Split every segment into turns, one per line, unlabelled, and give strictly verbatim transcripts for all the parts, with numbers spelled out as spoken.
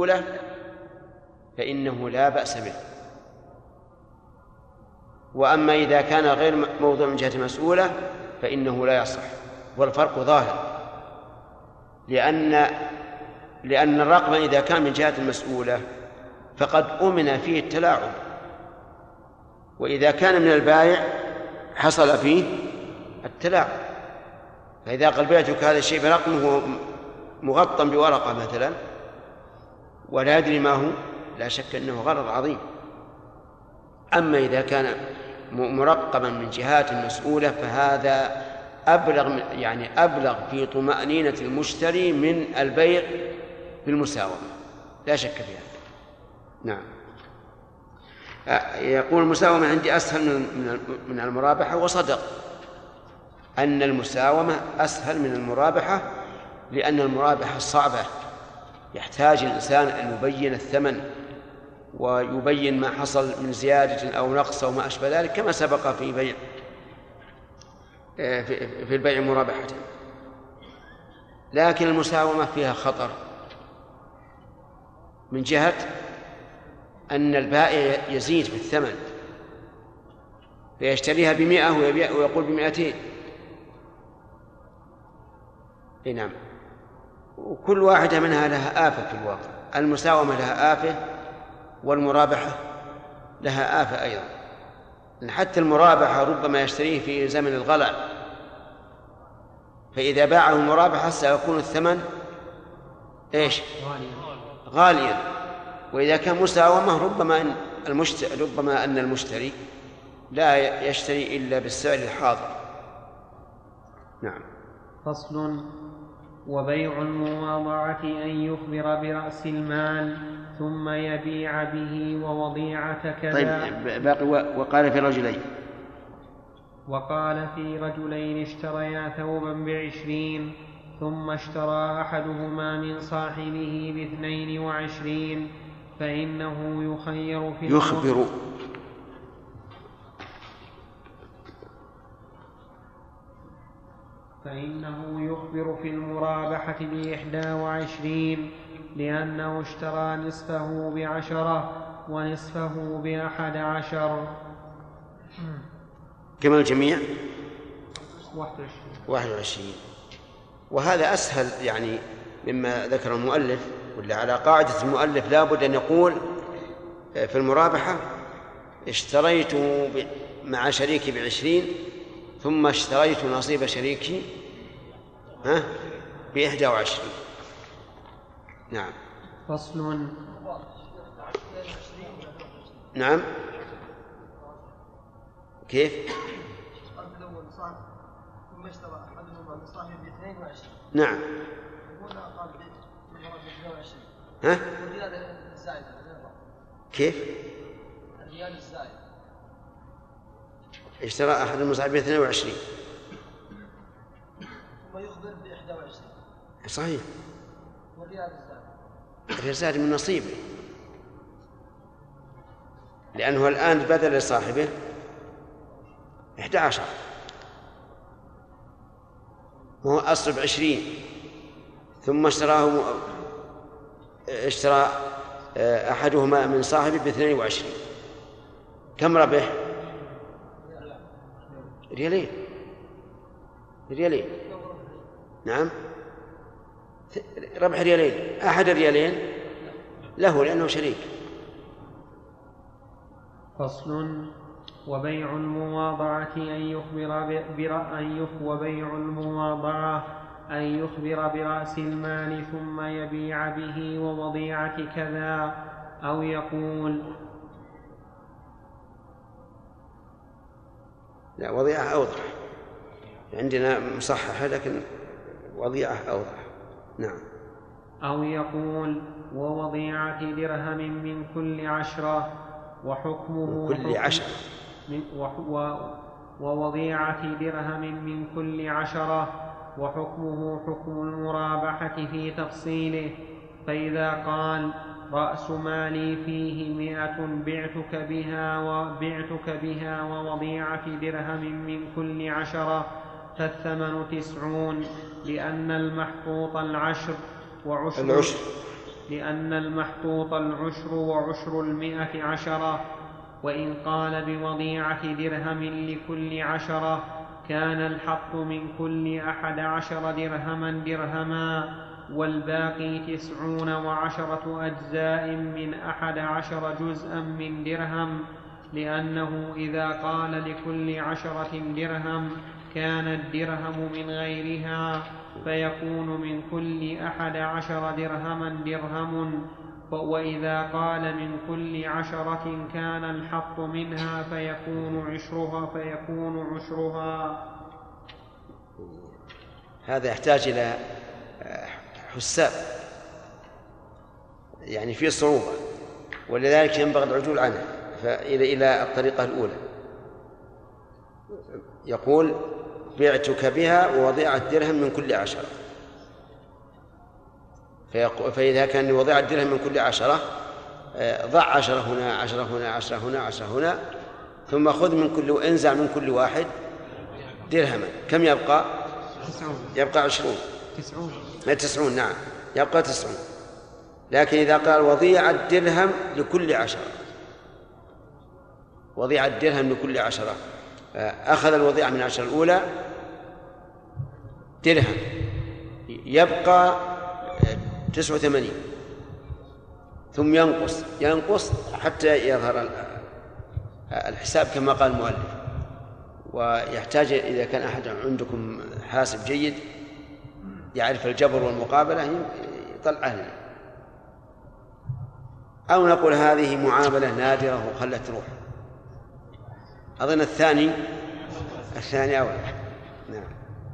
مسؤولة فإنه لا بأس به. وأما إذا كان غير موضوع من جهة مسؤولة فإنه لا يصح. والفرق ظاهر، لأن لأن الرقم إذا كان من جهة المسؤولة فقد أمن فيه التلاعب، وإذا كان من البائع حصل فيه التلاعب. فإذا قال بعتك هذا الشيء برقمه مغطى بورقة مثلا ولا يدري ما هو، لا شك أنه غرض عظيم. أما إذا كان مرقما من جهات مسؤولة فهذا أبلغ، يعني أبلغ في طمأنينة المشتري من البيع بالمساومة، لا شك في هذا. نعم. يقول المساومة عندي أسهل من المرابحة، وصدق أن المساومة أسهل من المرابحة، لأن المرابحة صعبة، يحتاج الإنسان أن يبين الثمن ويبين ما حصل من زيادة أو نقص أو ما أشبه ذلك، كما سبق في بيع في البيع مرابحة. لكن المساومة فيها خطر من جهة أن البائع يزيد في الثمن، فيشتريها بمئة ويقول بمئتين. نعم. وكل واحدة منها لها آفة في الواقع، المساومة لها آفة والمرابحة لها آفة أيضا. حتى المرابحة ربما يشتريه في زمن الغلاء، فإذا باعه المرابحة سيكون الثمن إيش؟ غاليا. وإذا كان مساومة ربما أن المشتري ربما أن المشتري لا يشتري إلا بالسعر الحاضر. نعم.
فصل. وبيع المواضعة أن يخبر برأس المال ثم يبيع به ووضيعة كذا.
طيب باقي. وقال في رجلين
وقال في رجلين اشتريا ثوبا بعشرين ثم اشترى أحدهما من صاحبه باثنين وعشرين فإنه يخير في
يخبر
فإنه يخبر في المرابحة بإحدى وعشرين، لأنه اشترى نصفه بعشرة ونصفه بأحد عشر.
كم الجميع؟
واحد وعشرين.
وهذا أسهل يعني مما ذكر المؤلف، ولا على قاعدة المؤلف لا بد أن يقول في المرابحة اشتريت مع شريكي بعشرين ثم اشتريت نصيب شريكي ها بإحدى وعشرين. نعم.
فصل.
نعم. كيف؟
ثم اشترى أحدهما من صاحبه باثنين وعشرين.
نعم.
هنا قال باثنين وعشرين.
ها؟
والريال الزائد.
كيف؟
الريال الزائد.
اشترى أحد المصاحب باثنين وعشرين
ثم يخبر بإحدى وعشرين.
صحيح.
والريال الزائد.
الريال الزائد من نصيبه، لأنه الآن بدل لصاحبه إحدى عشر، وهو أصل بعشرين ثم اشتراه اشترى أحدهما من صاحبه باثنين وعشرين. كم ربح؟ ريالين. ريالين. نعم. ربح ريالين. أحد الريالين له لأنه شريك.
فصل. وبيع المواضعة أن يخبر برأي وبيع المواضعة أن يخبر برأس المال ثم يبيع به ووضيعة كذا، أو يقول.
لا، وضيعة أوضح، عندنا مصححة لكن وضيعة أوضح. نعم.
أو يقول ووضيعة درهم من كل عشرة وحكمه
كل عشرة
ووضيعة درهم من كل عشرة وحكمه حكم المرابحة في تفصيله. فإذا قال رأس مالي فيه مئة بعتك بها وبعتك بها ووضيعة درهم من كل عشرة فالثمن تسعون، لأن المحفوظ العشر وعشر
العشر
لأن المحطوط العشر وعشر المئة عشرة. وإن قال بوضيعة درهم لكل عشرة كان الحق من كل أحد عشر درهما درهما، والباقي تسعون وعشرة أجزاء من أحد عشر جزءا من درهم، لأنه إذا قال لكل عشرة درهم كان الدرهم من غيرها فيكون من كل أحد عشر درهما درهم، وإذا قال من كل عشرة كان الحق منها فيكون عشرها فيكون عشرها.
هذا يحتاج إلى حساب، يعني فيه صعوبة، ولذلك ينبغي العدول عنه إلى إلى الطريقة الأولى. يقول بعتك بها ووضيعة درهم من كل عشرة، فإذا كان وضيعة درهم من كل عشرة ضع عشرة هنا عشرة هنا عشرة هنا عشرة هنا، ثم خذ من كل انزع من كل واحد درهما، كم يبقى؟
تسعون.
يبقى عشرون.
تسعون.
تسعون نعم، يبقى تسعون. لكن إذا قال وضيعة درهم لكل عشرة، وضيعة درهم لكل عشرة، أخذ الوضيعة من العشرة الأولى درهم، يبقى تسعة وثمانين، ثم ينقص ينقص حتى يظهر الحساب كما قال المؤلف. ويحتاج إذا كان أحد عندكم حاسب جيد يعرف الجبر والمقابلة يطلع لنا، أو نقول هذه معاملة نادرة وخلت تروح. أظن الثاني الثاني أول. نعم.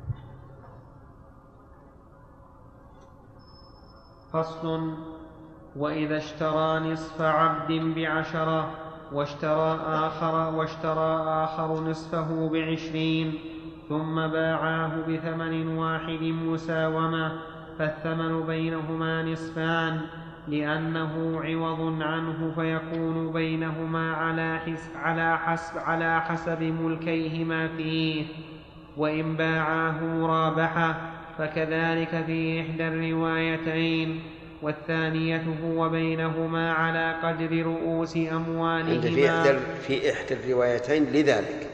فصل. وإذا اشترى نصف عبد بعشرة واشترى آخر, واشترى آخر نصفه بعشرين ثم باعاه بثمن واحد مساومة، فالثمن بينهما نصفان لأنه عوض عنه، فيكون بينهما على حسب, على حسب, على حسب ملكيهما فيه. وإن باعاه مرابحة فكذلك في إحدى الروايتين، والثانية هو بينهما على قدر رؤوس أموالهما.
في إحدى في إحدى الروايتين لذلك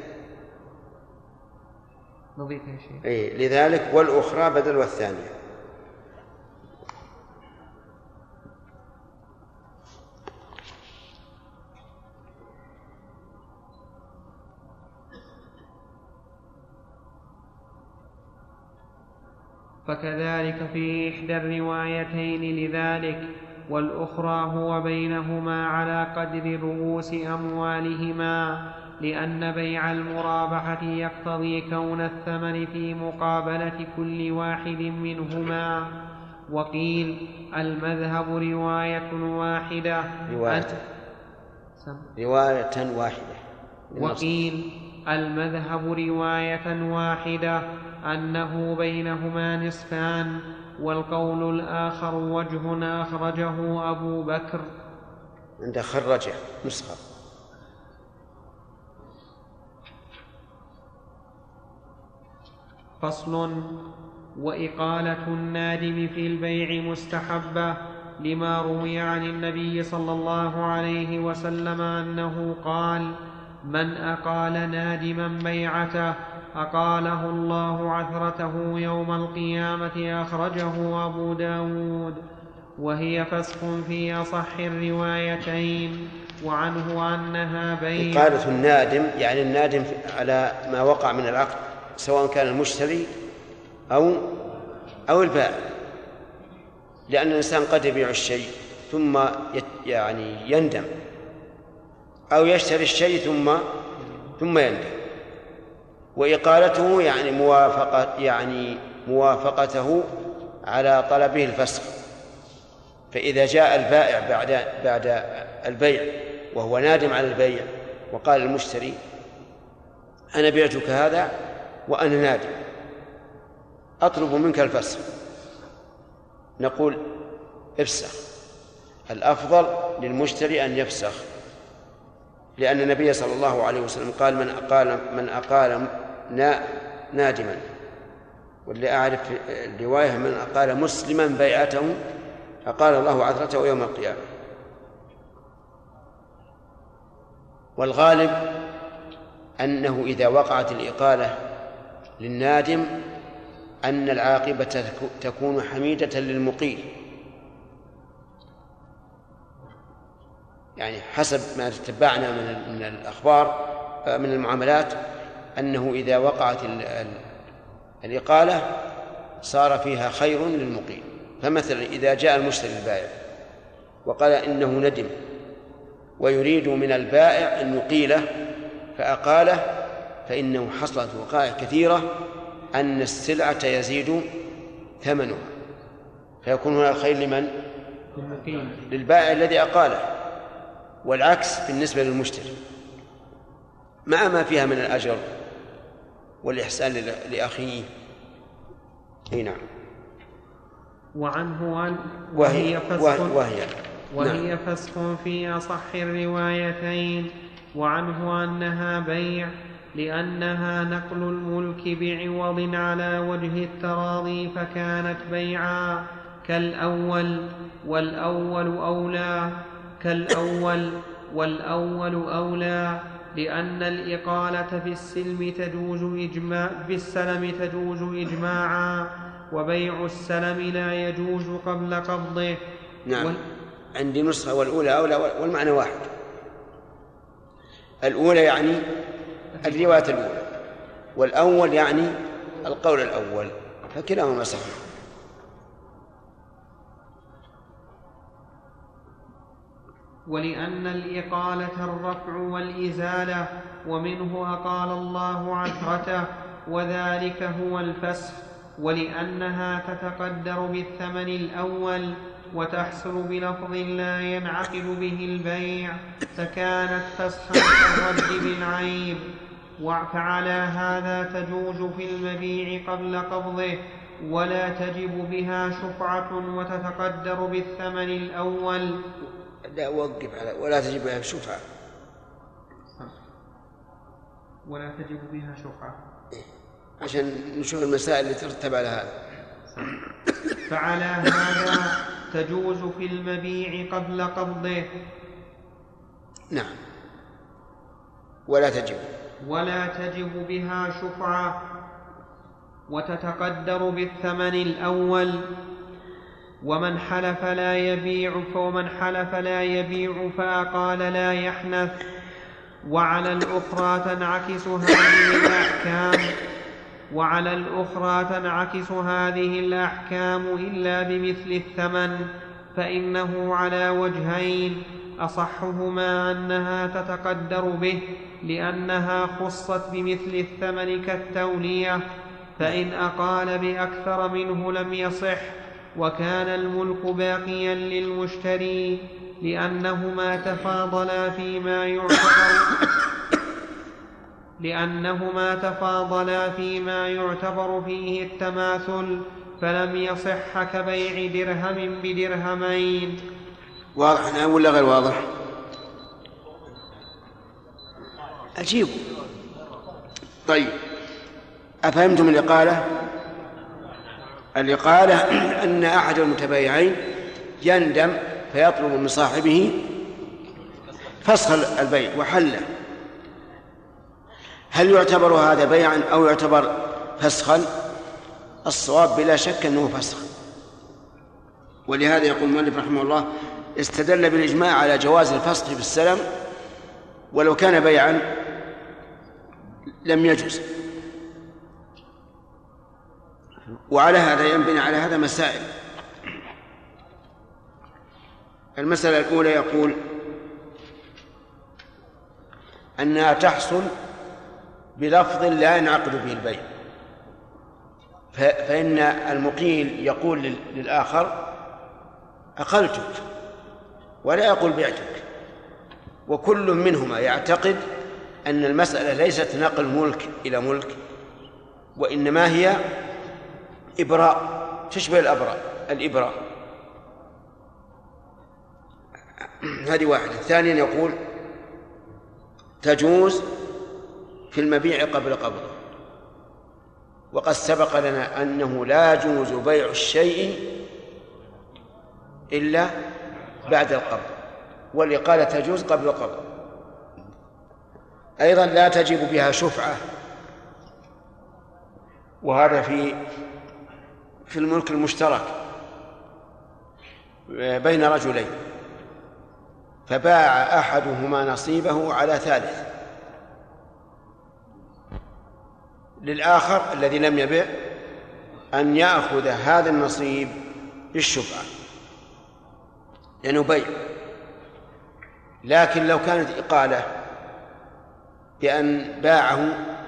نضيف يا شيخ.
إيه لذلك، والأخرى بدل والثانية.
فكذلك في إحدى الروايتين لذلك، والأخرى هو بينهما على قدر رؤوس أموالهما، لأن بيع المرابحة يقتضي كون الثمن في مقابلة كل واحد منهما. وقيل المذهب رواية واحدة
رواية, رواية واحدة
وقيل المذهب رواية واحدة أنه بينهما نصفان. والقول الآخر وجه أخرجه أبو بكر
عند خرجه نسخة.
فصل. وإقالة النادم في البيع مستحبة، لما روي عن النبي صلى الله عليه وسلم أنه قال: من أقال نادما بيعته أقاله الله عثرته يوم القيامة. أخرجه أبو داود، وهي فسخ في أصح الروايتين. وعنه أنها بيع.
إقالة النادم يعني النادم على ما وقع من العقد، سواء كان المشتري أو أو البائع، لأن الإنسان قد يبيع الشيء ثم يعني يندم، أو يشتري الشيء ثم ثم يندم. وإقالته يعني موافقة يعني موافقته على طلبه الفسخ. فإذا جاء البائع بعد بعد البيع وهو نادم على البيع وقال المشتري: أنا بعتك هذا وأنا نادم، أطلب منك الفسخ، نقول: افسخ. الأفضل للمشتري أن يفسخ، لأن النبي صلى الله عليه وسلم قال: من أقال من أقال نادما. واللي أعرف الرواية: من أقال مسلما بيعته أقال الله عثرته يوم القيامة. والغالب أنه إذا وقعت الإقالة للنادم أن العاقبة تكون حميدة للمقيل، يعني حسب ما تتبعنا من الأخبار من المعاملات أنه إذا وقعت الإقالة صار فيها خير للمقيل. فمثلا إذا جاء المشتري البائع وقال إنه ندم ويريد من البائع أن يقيله فأقاله، فإنه حصلت وقائع كثيرة أن السلعة يزيد ثمنها، فيكون هنا الخير لمن؟ للبائع الذي أقاله، والعكس بالنسبة للمشتري مع ما فيها من الأجر والإحسان لأخيه. أي نعم.
وعنه أن
وهي,
فسخ
وهي,
وهي نعم. فسخ في أصح الروايتين. وعنه أنها بيع لأنها نقل الملك بعوض على وجه التراضي فكانت بيعا كالأول والأول أولى كالأول والأول أولى لأن الإقالة في السلم تجوز إجماع في السلم تجوز إجماعا، وبيع السلم لا يجوز قبل قبضه.
نعم. وال... عندي نسخة والأولى أولى والمعنى واحد. الأولى يعني الرواية الأولى، والأول يعني القول الأول، فكلاهما صحيح.
ولأن الإقالة الرفع والإزالة، ومنه أقال الله عثرته، وذلك هو الفسخ. ولأنها تتقدر بالثمن الأول وتحصل بلفظ لا ينعقد به البيع، فكانت فسخا كالرد بالعيب. فعلى هذا تجوز في المبيع قبل قبضه، ولا تجب بها شفعة وتتقدر بالثمن الأول.
لا أوقف على ولا تجب بها شفعة.
ولا تجب بها شفعة
عشان نشوف المسائل اللي ترتب على هذا.
فعلى هذا تجوز في المبيع قبل قبضه.
نعم. ولا تجب
ولا تجب بها شفعة وتتقدر بالثمن الأول. ومن حلف لا يبيع فمن حلف لا يبيع فأقال لا يحنث. وعلى الأخرى تنعكس هذه الأحكام وعلى الأخرى تنعكس هذه الأحكام إلا بمثل الثمن، فإنه على وجهين: أصحهما أنها تتقدر به لأنها خصت بمثل الثمن كالتولية، فإن أقال بأكثر منه لم يصح، وكان الملك باقيا للمشتري لأنهما تفاضلا فيما يعتبر لأنهما تفاضلا فيما يعتبر فيه التماثل، فلم يصح كبيع درهم بدرهمين.
واضح الآن ولا غير واضح؟ أجيب. طيب، أفهمتم الإقالة؟ الإقالة أن أحد المتبايعين يندم فيطلب من صاحبه فسخ البيع وحله. هل يعتبر هذا بيعا أو يعتبر فسخا؟ الصواب بلا شك أنه فسخ. ولهذا يقول المؤلف رحمه الله: استدل بالإجماع على جواز الفسخ في السلم ولو كان بيعا لم يجوز. وعلى هذا ينبني على هذا مسائل. المسألة الأولى يقول أنها تحصل بلفظ لا ينعقد به البيع، فإن المقيل يقول للآخر أقلتك ولا يقول بعتك، وكل منهما يعتقد أن المسألة ليست نقل ملك إلى ملك، وإنما هي إبراء، تشبه الأبراء الإبراء. هذه واحدة. ثانيا يقول تجوز في المبيع قبل قبضه، وقد سبق لنا أنه لا يجوز بيع الشيء إلا بعد القبض، والإقالة تجوز قبل القبض. أيضا لا تجب بها شفعة، وهذا في في الملك المشترك بين رجلين، فباع أحدهما نصيبه على ثالث للآخر الذي لم يبع أن يأخذ هذا النصيب بالشفعة لأنه بيع. لكن لو كانت إقالة بأن باعه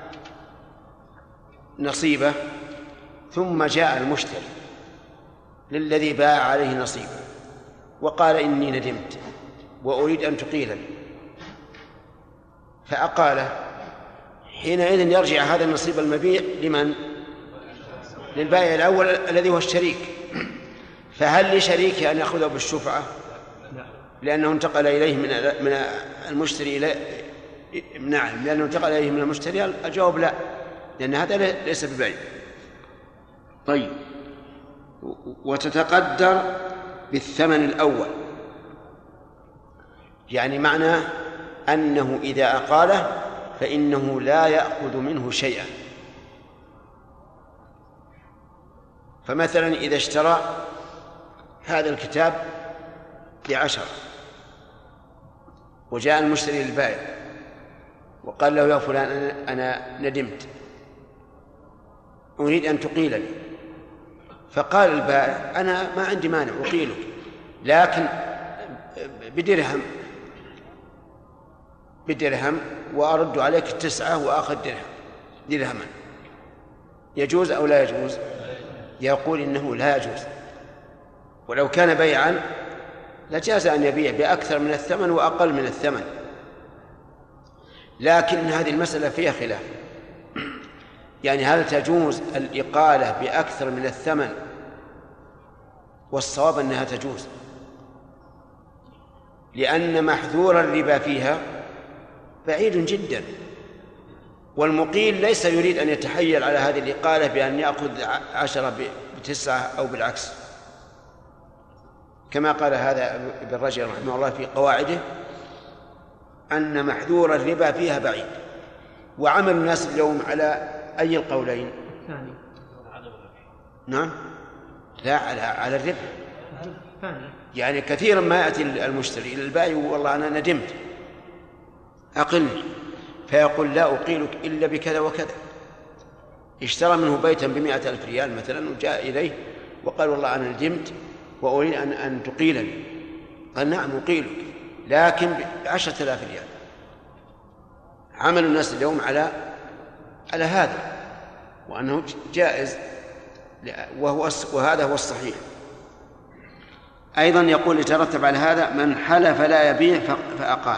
نصيبه ثم جاء المشتري للذي باع عليه نصيبه وقال إني ندمت وأريد أن تقيلني فأقاله، حينئذ يرجع هذا النصيب المبيع لمن؟ للبائع الأول الذي هو الشريك. فهل لشريكه أن يأخذه بالشفعة لأنه انتقل إليه من من المشتري إلى نعم لأنه انتقل إليه من المشتري؟ الجواب لا، لأن هذا ليس ببيع. طيب، وتتقدر بالثمن الأول، يعني معناه أنه إذا أقاله فإنه لا يأخذ منه شيئا. فمثلا إذا اشترى هذا الكتاب بعشرة وجاء المشتري للبائع وقال له يا فلان أنا ندمت أريد أن تقيلني، فقال البائع أنا ما عندي مانع أقيلك لكن بدرهم بدرهم وأرد عليك التسعة وآخذ درهم درهما، يجوز أو لا يجوز؟ يقول إنه لا يجوز، ولو كان بيعا لجاز أن يبيع بأكثر من الثمن وأقل من الثمن، لكن هذه المسألة فيها خلاف، يعني هل تجوز الإقالة بأكثر من الثمن؟ والصواب أنها تجوز، لأن محذور الربا فيها بعيد جدا، والمقيل ليس يريد أن يتحيل على هذه الإقالة بأن يأخذ عشرة بتسعة أو بالعكس، كما قال هذا ابن رجب رحمه الله في قواعده أن محذور الربا فيها بعيد. وعمل الناس اليوم على أي القولين؟
الثاني.
نعم، لا على على الربا. يعني كثيرا ما يأتي المشتري إلى البائع والله أنا ندمت أقلني، فيقول لا أقيلك إلا بكذا وكذا. اشترى منه بيتا بمئة ألف ريال مثلا وجاء إليه وقال والله أنا ندمت وأريد أن أن تقيلني، قال نعم أقيلك لكن بعشرة آلاف ريال. عمل الناس اليوم على على هذا وأنه جائز، وهو وهذا هو الصحيح. أيضا يقول يترتب على هذا من حلف لا يبيع فأقال،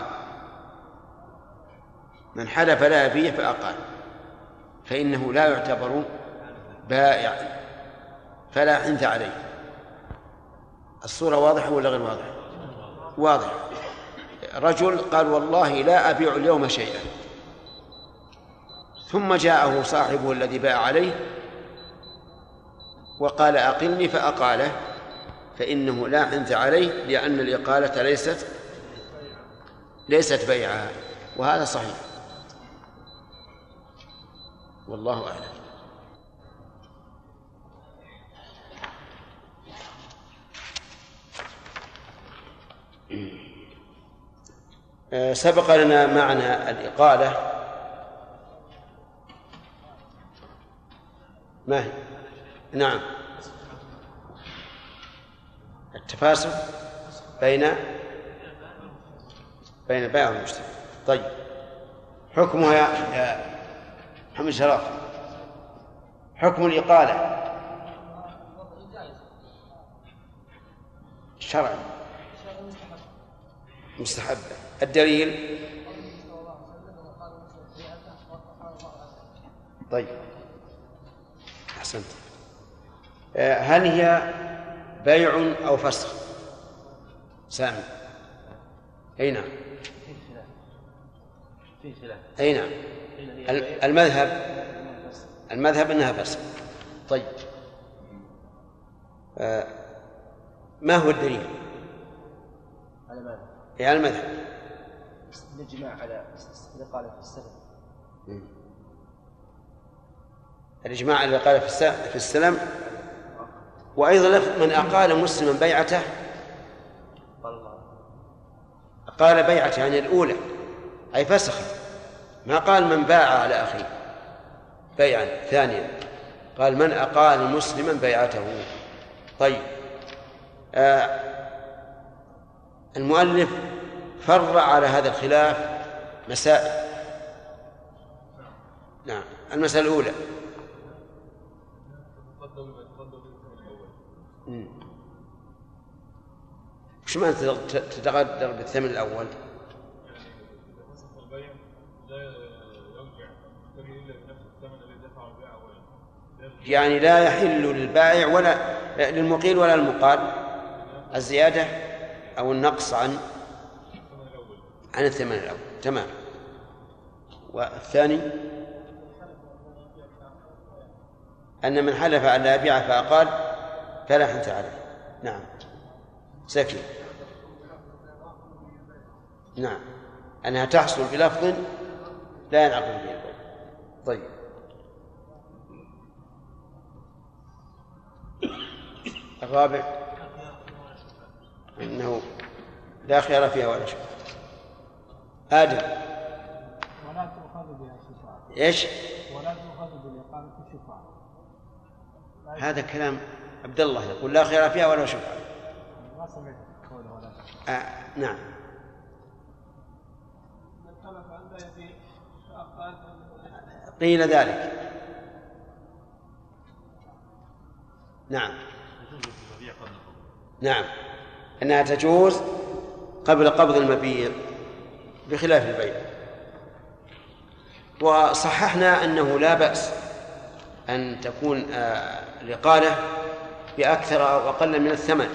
من حلف لا يبيع فأقال فإنه لا يعتبر بائع فلا حنث عليه. الصورة واضحة ولا غير واضحة؟ واضحة. رجل قال والله لا أبيع اليوم شيئا، ثم جاءه صاحبه الذي باع عليه وقال أقلني فأقاله، فإنه لا حنث عليه لأن الإقالة ليست ليست بيعها، وهذا صحيح والله أعلم. سبق لنا معنى الإقالة ما هي؟ نعم، التفاسق بين بين بائع ومشتري. طيب، حكمها يا محمد شرف، حكم الإقالة الشرعي مستحب. الدليل؟ طيب أحسنت. هل هي بيع أو فسخ؟ سامي. أي نعم. أي نعم. المذهب المذهب أنها فسخ. طيب، ما هو الدليل؟
على ماذا؟
على المذهب.
الإجماع على الإقالة في السلم.
الإجماع على الإقالة في السلم. وأيضا من أقال مسلما بيعته قال بيعته يعني الأولى أي فسخ، ما قال من باع على أخيه بيعا ثانيا، قال من أقال مسلما بيعته. طيب آه المؤلف فرع على هذا الخلاف مسائل. نعم. المسألة الأولى وش معنى تتقدر بالثمن الأول؟ يعني لا يحل للبائع ولا للمقيل ولا المقال الزيادة أو النقص عن عن الثمن الأول. تمام. والثاني أن من حلف أن لا يبيع فأقال فلا حنث عليه. نعم. سكي. نعم. أنها تحصل بلفظ لا ينعقد به البيع. طيب. الرابع أنه لا خيار فيها ولا شيء. آدم.
ولا تؤخذ بها الشفاعة.
إيش؟
ولا تؤخذ بالإقامة الشفاعة.
هذا كلام عبد الله يقول لا خيار فيها ولا شفاعة.
ما سمعت قوله ولا
شفاعة. آه نعم. قيل ذلك. نعم. نعم. أنها تجوز قبل قبض المبيع بخلاف البيع. وصححنا أنه لا بأس أن تكون الإقالة بأكثر أو أقل من الثمن،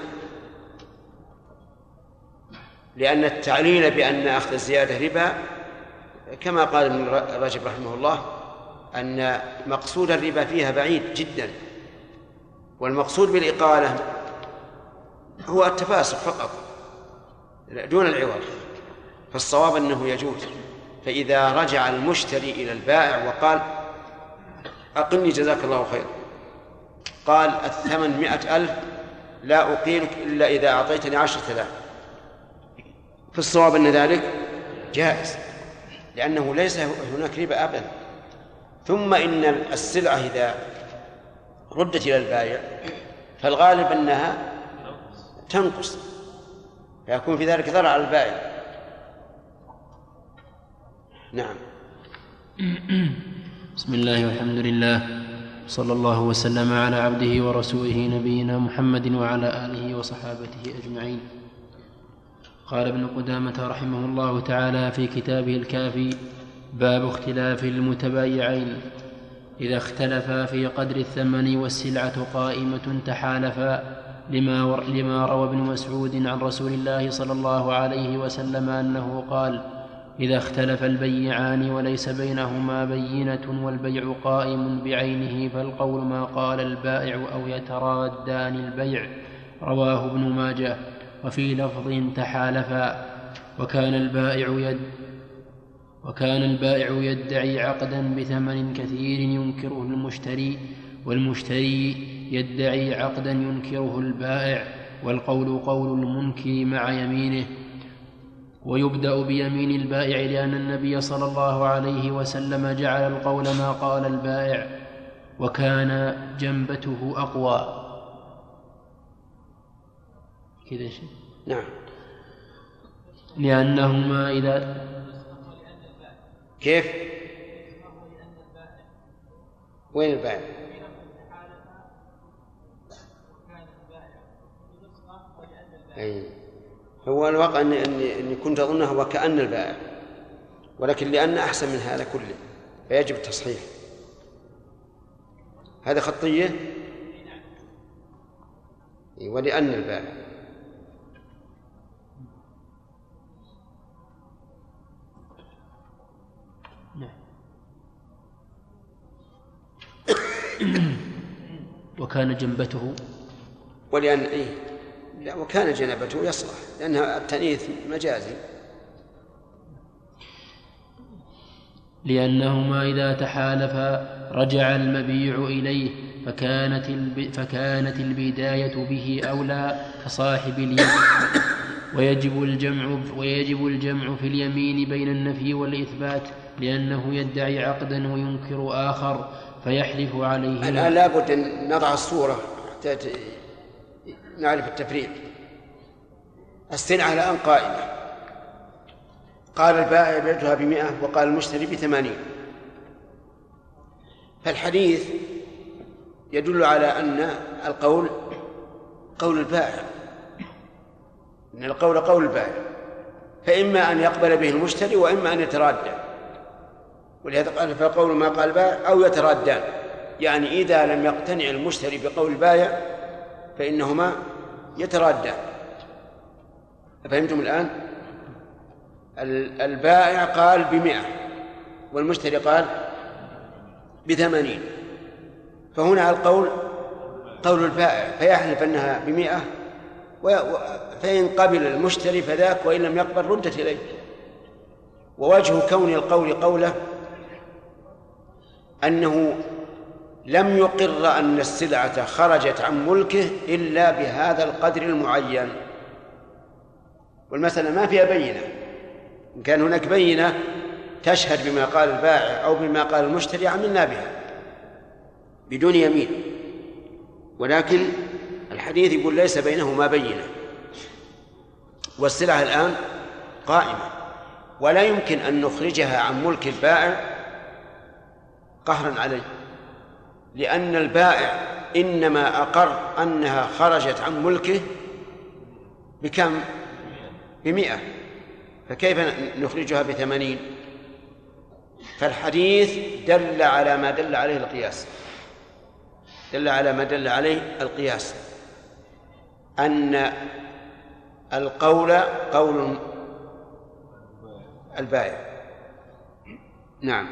لأن التعليل بأن أخذ الزيادة ربا كما قال ابن رجب رحمه الله أن مقصود الربا فيها بعيد جدا، والمقصود بالإقالة هو التفاسق فقط دون العوض. فالصواب أنه يجوز. فإذا رجع المشتري إلى البائع وقال أقلني جزاك الله خير، قال الثمن مئة ألف لا أقيلك إلا إذا أعطيتني عشرة آلاف، فالصواب أن ذلك جائز لأنه ليس هناك ربا أبدا. ثم إن السلعة إذا ردت إلى البائع فالغالب أنها تنقص، فيكون في ذلك ضرر على البائع. نعم.
بسم الله والحمد لله صلى الله وسلم على عبده ورسوله نبينا محمد وعلى آله وصحابته أجمعين. قال ابن قدامة رحمه الله تعالى في كتابه الكافي: باب اختلاف المتبايعين إذا اختلفا في قدر الثمن والسلعة قائمة تحالفا، لما, لما روى ابن مسعود عن رسول الله صلى الله عليه وسلم أنه قال: إذا اختلف البيعان وليس بينهما بينة والبيع قائم بعينه فالقول ما قال البائع أو يترادان البيع. رواه ابن ماجه. وفي لفظ تحالفا. وكان البائع يد وكان البائع يدعي عقدا بثمن كثير ينكره المشتري، والمشتري يدعي عقدا ينكره البائع، والقول قول المنكر مع يمينه. ويبدأ بيمين البائع لأن النبي صلى الله عليه وسلم جعل القول ما قال البائع، وكان جنبته أقوى. كذا شيء.
نعم.
لأنهما إذا
كيف؟ وين البائع؟ أي هو الواقع أني, أني, أني كنت أظنه وكأن البائع، ولكن لأن أحسن من هذا كله فيجب التصحيح. هذا خطية ولأن البائع.
وكان جنبته
ولأن إيه؟ لا، وكان جنبته يصلح لأن التأنيث مجازي.
لأنهما إذا تحالفا رجع المبيع إليه فكانت, الب... فكانت البداية به أولى كصاحب اليد. ويجب الجمع ويجب الجمع في اليمين بين النفي والإثبات لأنه يدعي عقدا وينكر آخر فيحلف عليه.
الآن لابد أن نضع الصورة حتى نعرف التفريق. السلعة الآن قائمة، قال البائع بعتها بمئة وقال المشتري بثمانين، فالحديث يدل على أن القول قول البائع، أن القول قول البائع، فإما أن يقبل به المشتري وإما أن يترادى. ولهذا قال فالقول ما قال البائع أو يترادان، يعني إذا لم يقتنع المشتري بقول البائع فإنهما يترادان. فهمتم الآن؟ البائع قال بمئة والمشتري قال بثمانين، فهنا القول قول البائع فيحلف أنها بمئة، فإن قبل المشتري فذاك وإن لم يقبل ردت إليه. ووجه كون القول قوله أنه لم يقر أن السلعة خرجت عن ملكه إلا بهذا القدر المعين، والمسألة ما فيها بينة. إن كان هناك بينة تشهد بما قال البائع أو بما قال المشتري عملنا بها بدون يمين، ولكن الحديث يقول ليس بينهما بينة، والسلعة الآن قائمة ولا يمكن أن نخرجها عن ملك البائع قهرا عليه، لأن البائع إنما أقر أنها خرجت عن ملكه بكم؟ بمئة، فكيف نخرجها بثمانين؟ فالحديث دل على ما دل عليه القياس، دل على ما دل عليه القياس أن القول قول البائع. نعم.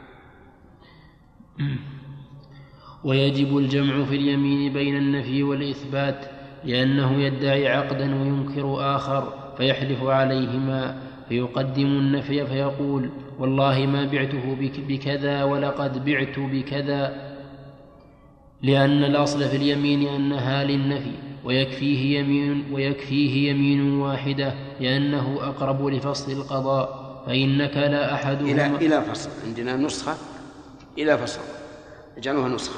ويجب الجمع في اليمين بين النفي والإثبات لأنه يدعي عقدا وينكر آخر فيحلف عليهما، فيقدم النفي فيقول والله ما بعته بكذا ولقد بعت بكذا، لأن الأصل في اليمين أنها للنفي ويكفيه يمين, ويكفيه يمين واحدة لأنه أقرب لفصل القضاء. فإنك لا أحدهما
إلى, إلى فصل. عندنا نسخة إلى فصل، اجعلوها نسخة.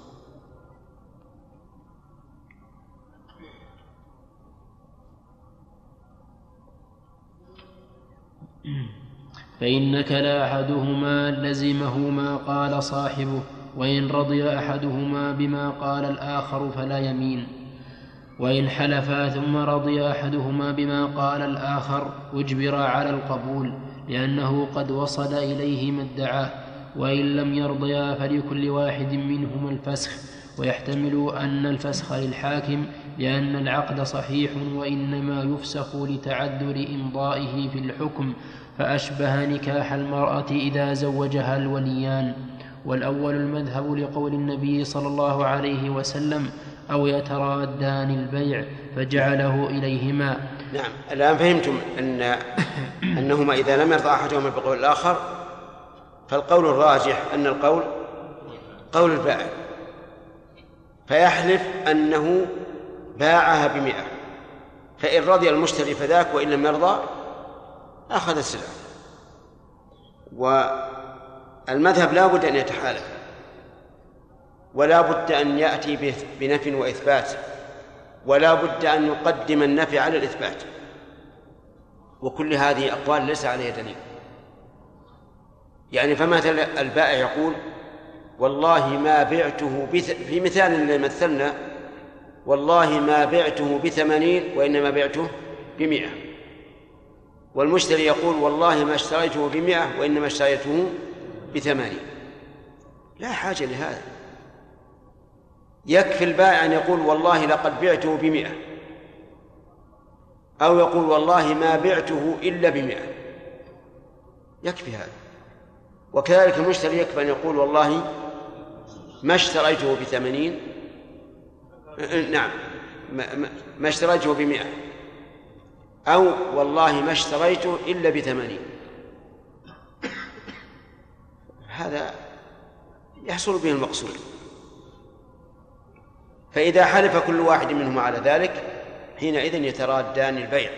فإنك لا أحدهما لزمه ما قال صاحبه، وإن رضي أحدهما بما قال الآخر فلا يمين. وإن حلفا ثم رضي أحدهما بما قال الآخر أجبر على القبول لأنه قد وصل إليه ما ادعاه، وإن لم يرضيا فلكل واحد منهما الفسخ. ويحتمل أن الفسخ للحاكم لأن العقد صحيح وإنما يفسخ لتعذر إمضائه في الحكم، فأشبه نكاح المرأة إذا زوجها الوليان. والأول المذهب لقول النبي صلى الله عليه وسلم أو يترادان البيع فجعله إليهما.
نعم. الآن فهمتم أن أنهما إذا لم يرضى أحدهما بقول الآخر فالقول الراجح أن القول قول البائع، فيحلف أنه باعها بمئة، فإن رضي المشتري فذاك وإن لم يرضى أخذ السلعة. والمذهب لا بد أن يتحالف ولا بد أن يأتي بنفي وإثبات ولا بد أن يقدم النفي على الإثبات، وكل هذه أقوال ليس عليها دليل. يعني فمثلا البائع يقول والله ما بعته بث... في مثال اللي مثلنا والله ما بعته بثمانين وإنما بعته بمئة، والمشتري يقول والله ما اشتريته بمئة وإنما اشتريته بثمانين. لا حاجة لهذا، يكفي البائع أن يقول والله لقد بعته بمئة، أو يقول والله ما بعته إلا بمئة، يكفي هذا. وكذلك المشتري يكفي أن يقول والله ما اشتريته بثمانين، نعم ما, ما, ما اشتريته بمئة، أو والله ما اشتريته إلا بثمانين، هذا يحصل به المقصود. فإذا حلف كل واحد منهما على ذلك حينئذ يترادان البيع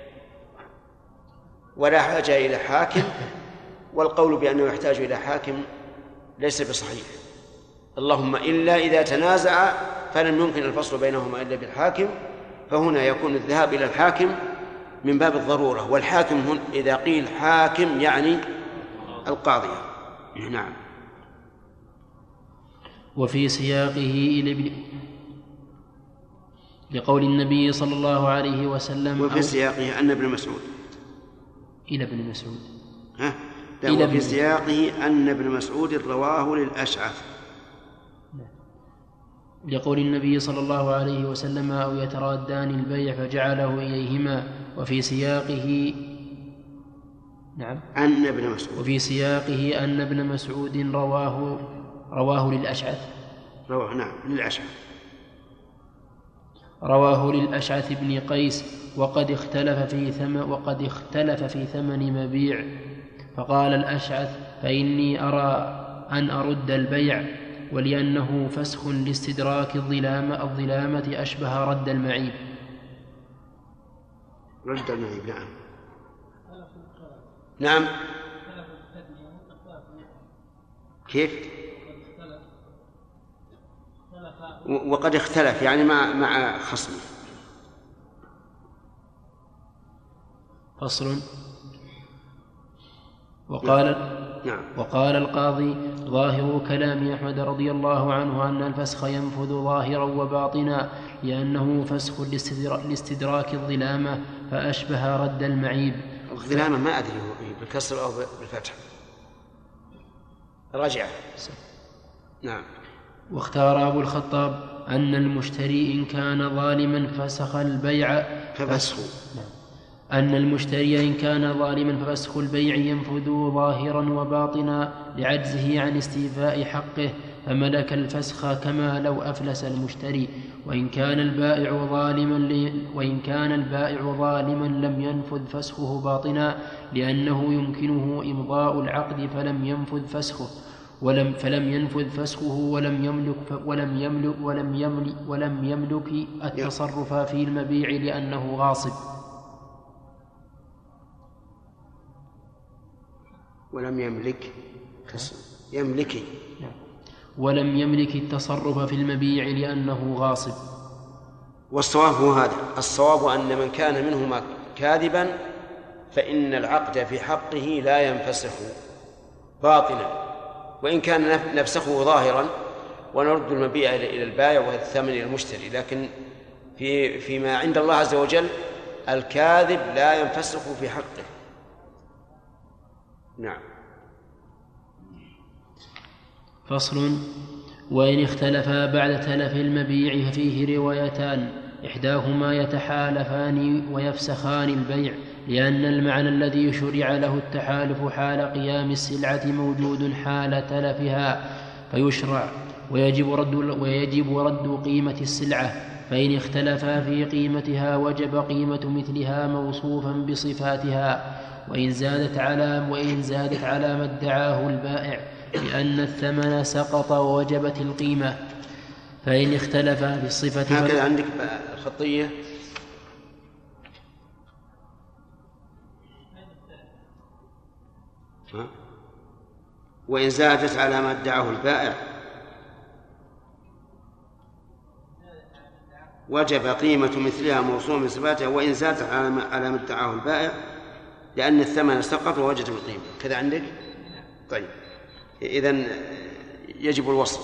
ولا حاجة إلى حاكم، والقول بأنه يحتاج إلى حاكم ليس بصحيح، اللهم إلا إذا تنازع فلم يمكن الفصل بينهما إلا بالحاكم، فهنا يكون الذهاب إلى الحاكم من باب الضرورة، والحاكم هنا إذا قيل حاكم يعني القاضي. نعم.
وفي سياقه لقول النبي صلى الله عليه وسلم
وفي سياقه أن ابن مسعود
إلى ابن مسعود
ها لا وفي سياقه أن ابن مسعود رواه للأشعث
لقول النبي صلى الله عليه وسلم أو يترادان البيع فجعله إليهما. وفي سياقه نعم
أن ابن مسعود
وفي سياقه أن ابن مسعود رواه رواه للأشعث
رواه نعم للأشعث
رواه للأشعث بن قيس وقد اختلف في ثمن وقد اختلف في ثمن مبيع، فقال الأشعث فإني أرى أن أرد البيع، ولأنه فسخ لاستدراك الظلامة الظلامة أشبه رد المعيب.
رد المعيب نعم نعم كيف وقد اختلف يعني مع مع خصمه.
فصل. وقال
نعم.
وقال القاضي ظاهر كلام أحمد رضي الله عنه أن الفسخ ينفذ ظاهرا وباطنا لأنه فسخ لاستدراك الظلامة فأشبه رد المعيب.
الظلامة ما أدري بالكسر أو بالفتح رجع. نعم.
واختار أبو الخطاب أن المشتري إن كان ظالما فسخ البيع
ففسخه
أن المشتري إن كان ظالما ففسخ البيع ينفذ ظاهرا وباطنا لعجزه عن استيفاء حقه، فملك الفسخ كما لو أفلس المشتري. وإن كان البائع ظالما ل... وإن كان البائع ظالما لم ينفذ فسخه باطنا لأنه يمكنه إمضاء العقد فلم ينفذ فسخه ولم فلم ينفذ فسخه ولم يملك ولم يملك ولم يملك ولم يملك التصرف في المبيع لأنه غاصب.
ولم يملك يملكي
ولم يملك التصرف في المبيع لأنه غاصب.
والصواب هو هذا، الصواب أن من كان منهما كاذبا فإن العقد في حقه لا ينفسخ باطلا، وإن كان نفسخه ظاهرا ونرد المبيع إلى البائع والثمن إلى المشتري، لكن في فيما عند الله عز وجل الكاذب لا ينفسخ في حقه. نعم.
فصل. وإن اختلفا بعد تلف المبيع ففيه روايتان، إحداهما يتحالفان ويفسخان البيع لأن المعنى الذي شرع له التحالف حال قيام السلعة موجود حال تلفها فيشرع، ويجب رد, ويجب رد قيمة السلعة. فإن اختلفا في قيمتها وجب قيمة مثلها موصوفا بصفاتها، وإن زادت على وإن زادت على ما ادعاه البائع لأن الثمن سقط ووجبت القيمة. فإن اختلفا في الصفة
هكذا عندك الخطية وإن زادت على ما ادعاه البائع وجب قيمة مثلها موصوفا بصفاتها، وإن زادت على ما ادعاه البائع لأن الثمن سقط ووجبت القيمة. كذا عندك؟ طيب إذن يجب الوصل.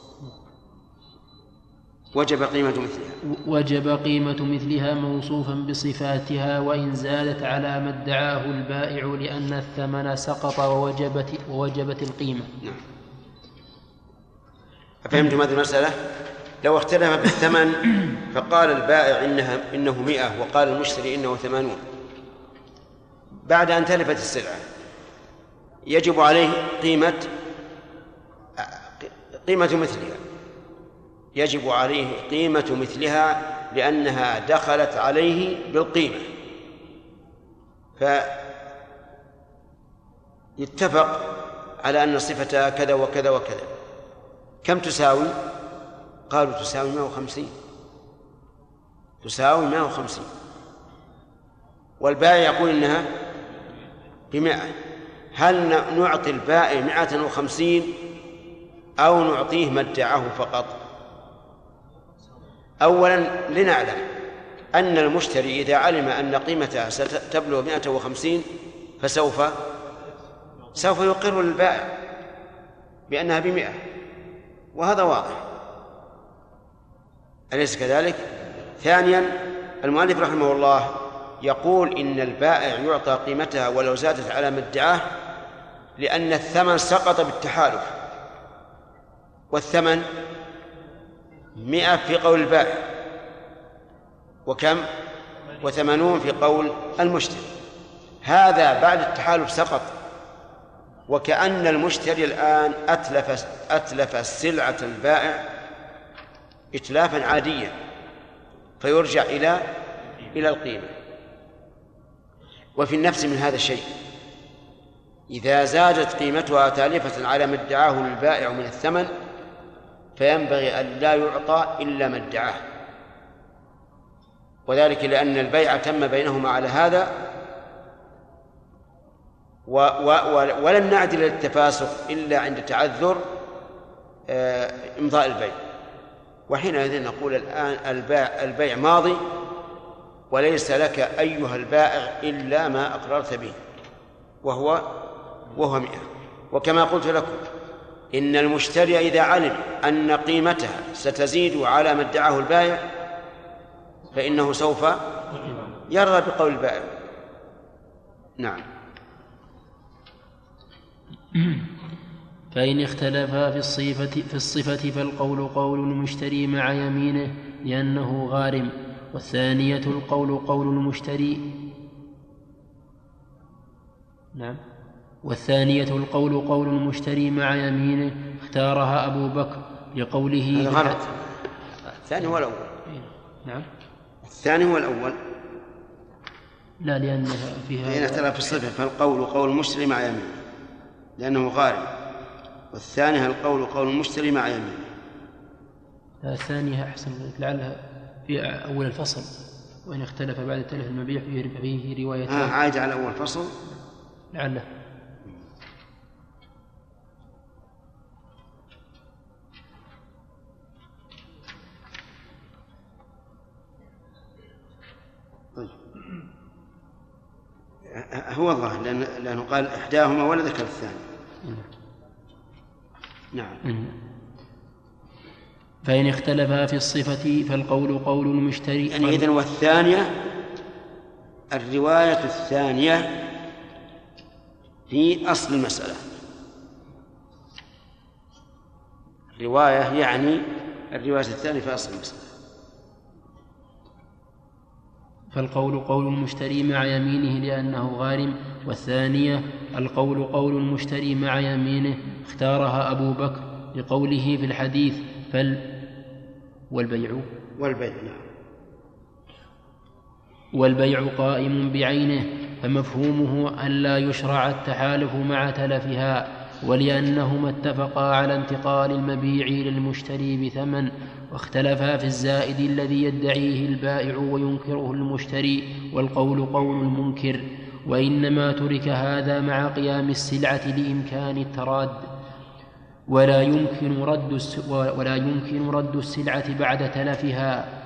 وجب قيمة مثلها
وجب قيمة مثلها موصوفا بصفاتها وإن زادت على ما ادعاه البائع لأن الثمن سقط ووجبت, ووجبت القيمة.
نعم. أفهمتم هذه المسألة؟ لو اختلف بالثمن فقال البائع إنها إنه مئة وقال المشتري إنه ثمانون، بعد أن تلفت السلعة يجب عليه قيمة قيمة مثلها يجب عليه قيمة مثلها لأنها دخلت عليه بالقيمة، فيتفق على أن صفتها كذا وكذا وكذا. كم تساوي؟ قالوا تساوي مائة وخمسين، تساوي مائة وخمسين، والبائع يقول إنها بمائة. هل نعطي البائع مائة وخمسين أو نعطيه ما ادعاه فقط؟ أولا لنعلم أن المشتري إذا علم أن قيمتها ستبلغ مائة وخمسين فسوف سوف يقر للبائع بأنها بمئة، وهذا واضح، أليس كذلك؟ ثانيا المؤلف رحمه الله يقول إن البائع يعطى قيمتها ولو زادت على ما ادعاه لأن الثمن سقط بالتحالف، والثمن مئة في قول البائع وكم وثمانون في قول المشتري. هذا بعد التحالف سقط، وكأن المشتري الآن أتلف أتلف سلعة البائع إتلافا عاديا، فيرجع إلى إلى القيمة. وفي النفس من هذا الشيء إذا زادت قيمتها تالفة على ما ادعاه للبائع من الثمن فينبغي أن لا يعطى إلا ما ادعاه، وذلك لأن البيع تم بينهما على هذا، و و ولن نعدل التفاسق إلا عند تعذر إمضاء البيع، وحينئذ نقول الآن البيع, البيع ماضي وليس لك أيها البائع إلا ما أقررت به وهو وهو مئة. وكما قلت لكم إن المشتري إذا علم أن قيمتها ستزيد على ما ادعاه البائع فإنه سوف يرضى بقول البائع. نعم.
فإن اختلفا في الصفة في الصفة فالقول قول المشتري مع يمينه لأنه غارم، والثانية القول قول المشتري نعم والثانية القول قول المشتري مع يمينه اختارها أبو بكر لقوله
غلط. الثاني هو الأول.
نعم
الثاني هو الأول.
لا لأنها فيها
فإن اختلف في الصفة فالقول قول المشتري مع يمينه لأنه غارم، والثاني القول قول المشتري مع يمينه.
الثانية أحسن لعلها في أول الفصل، وإن اختلف بعد تلف المبيع فيه, فيه رواية
آه عايد على أول فصل
لعله.
طيب. هو الله لأن لأنه قال إحداهما ولا ذكر الثاني. نعم.
فإن اختلفا في الصفة فالقول قول المشتري.
يعني إذن والثانية الرواية الثانية في أصل المسألة. رواية يعني الرواية الثانية في أصل المسألة.
فالقول قول المشتري مع يمينه لأنه غارم، والثانية القول قول المشتري مع يمينه اختارها أبو بكر لقوله في الحديث فال والبيع
والبيع نعم
والبيع قائم بعينه، فمفهومه أن لا يشرع التحالف مع تلفها، ولأنهما اتفقا على انتقال المبيع للمشتري بثمن، واختلفا في الزائد الذي يدعيه البائع وينكره المشتري، والقول قول المنكر. وإنما ترك هذا مع قيام السلعة لإمكان التراد، ولا يمكن رد ولا يمكن رد السلعة بعد تلفها.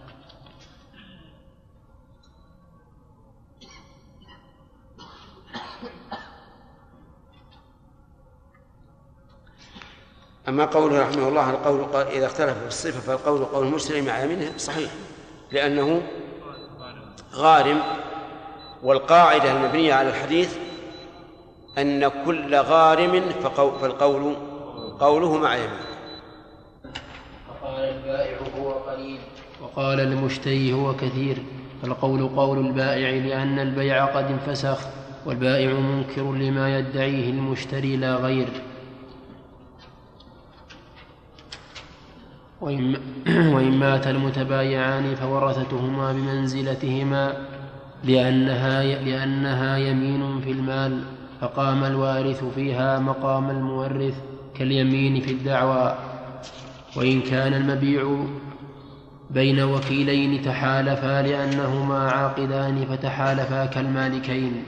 أما قوله رحمه الله القول إذا اختلف في الصفة فالقول قول المشتري مع يمينه صحيح، لأنه غارم، والقاعدة المبنية على الحديث أن كل غارم فالقول قوله مع يمينه.
فقال البائع هو قليل وقال المشتري هو كثير، فالقول قول البائع لأن البيع قد انفسخ، والبائع منكر لما يدعيه المشتري لا غير. وإن مات المتبايعان فورثتهما بمنزلتهما لأنها, لأنها يمين في المال، فقام الوارث فيها مقام المورث كاليمين في الدعوى. وإن كان المبيع بين وكيلين تحالفا لأنهما عاقدان فتحالفا كالمالكين.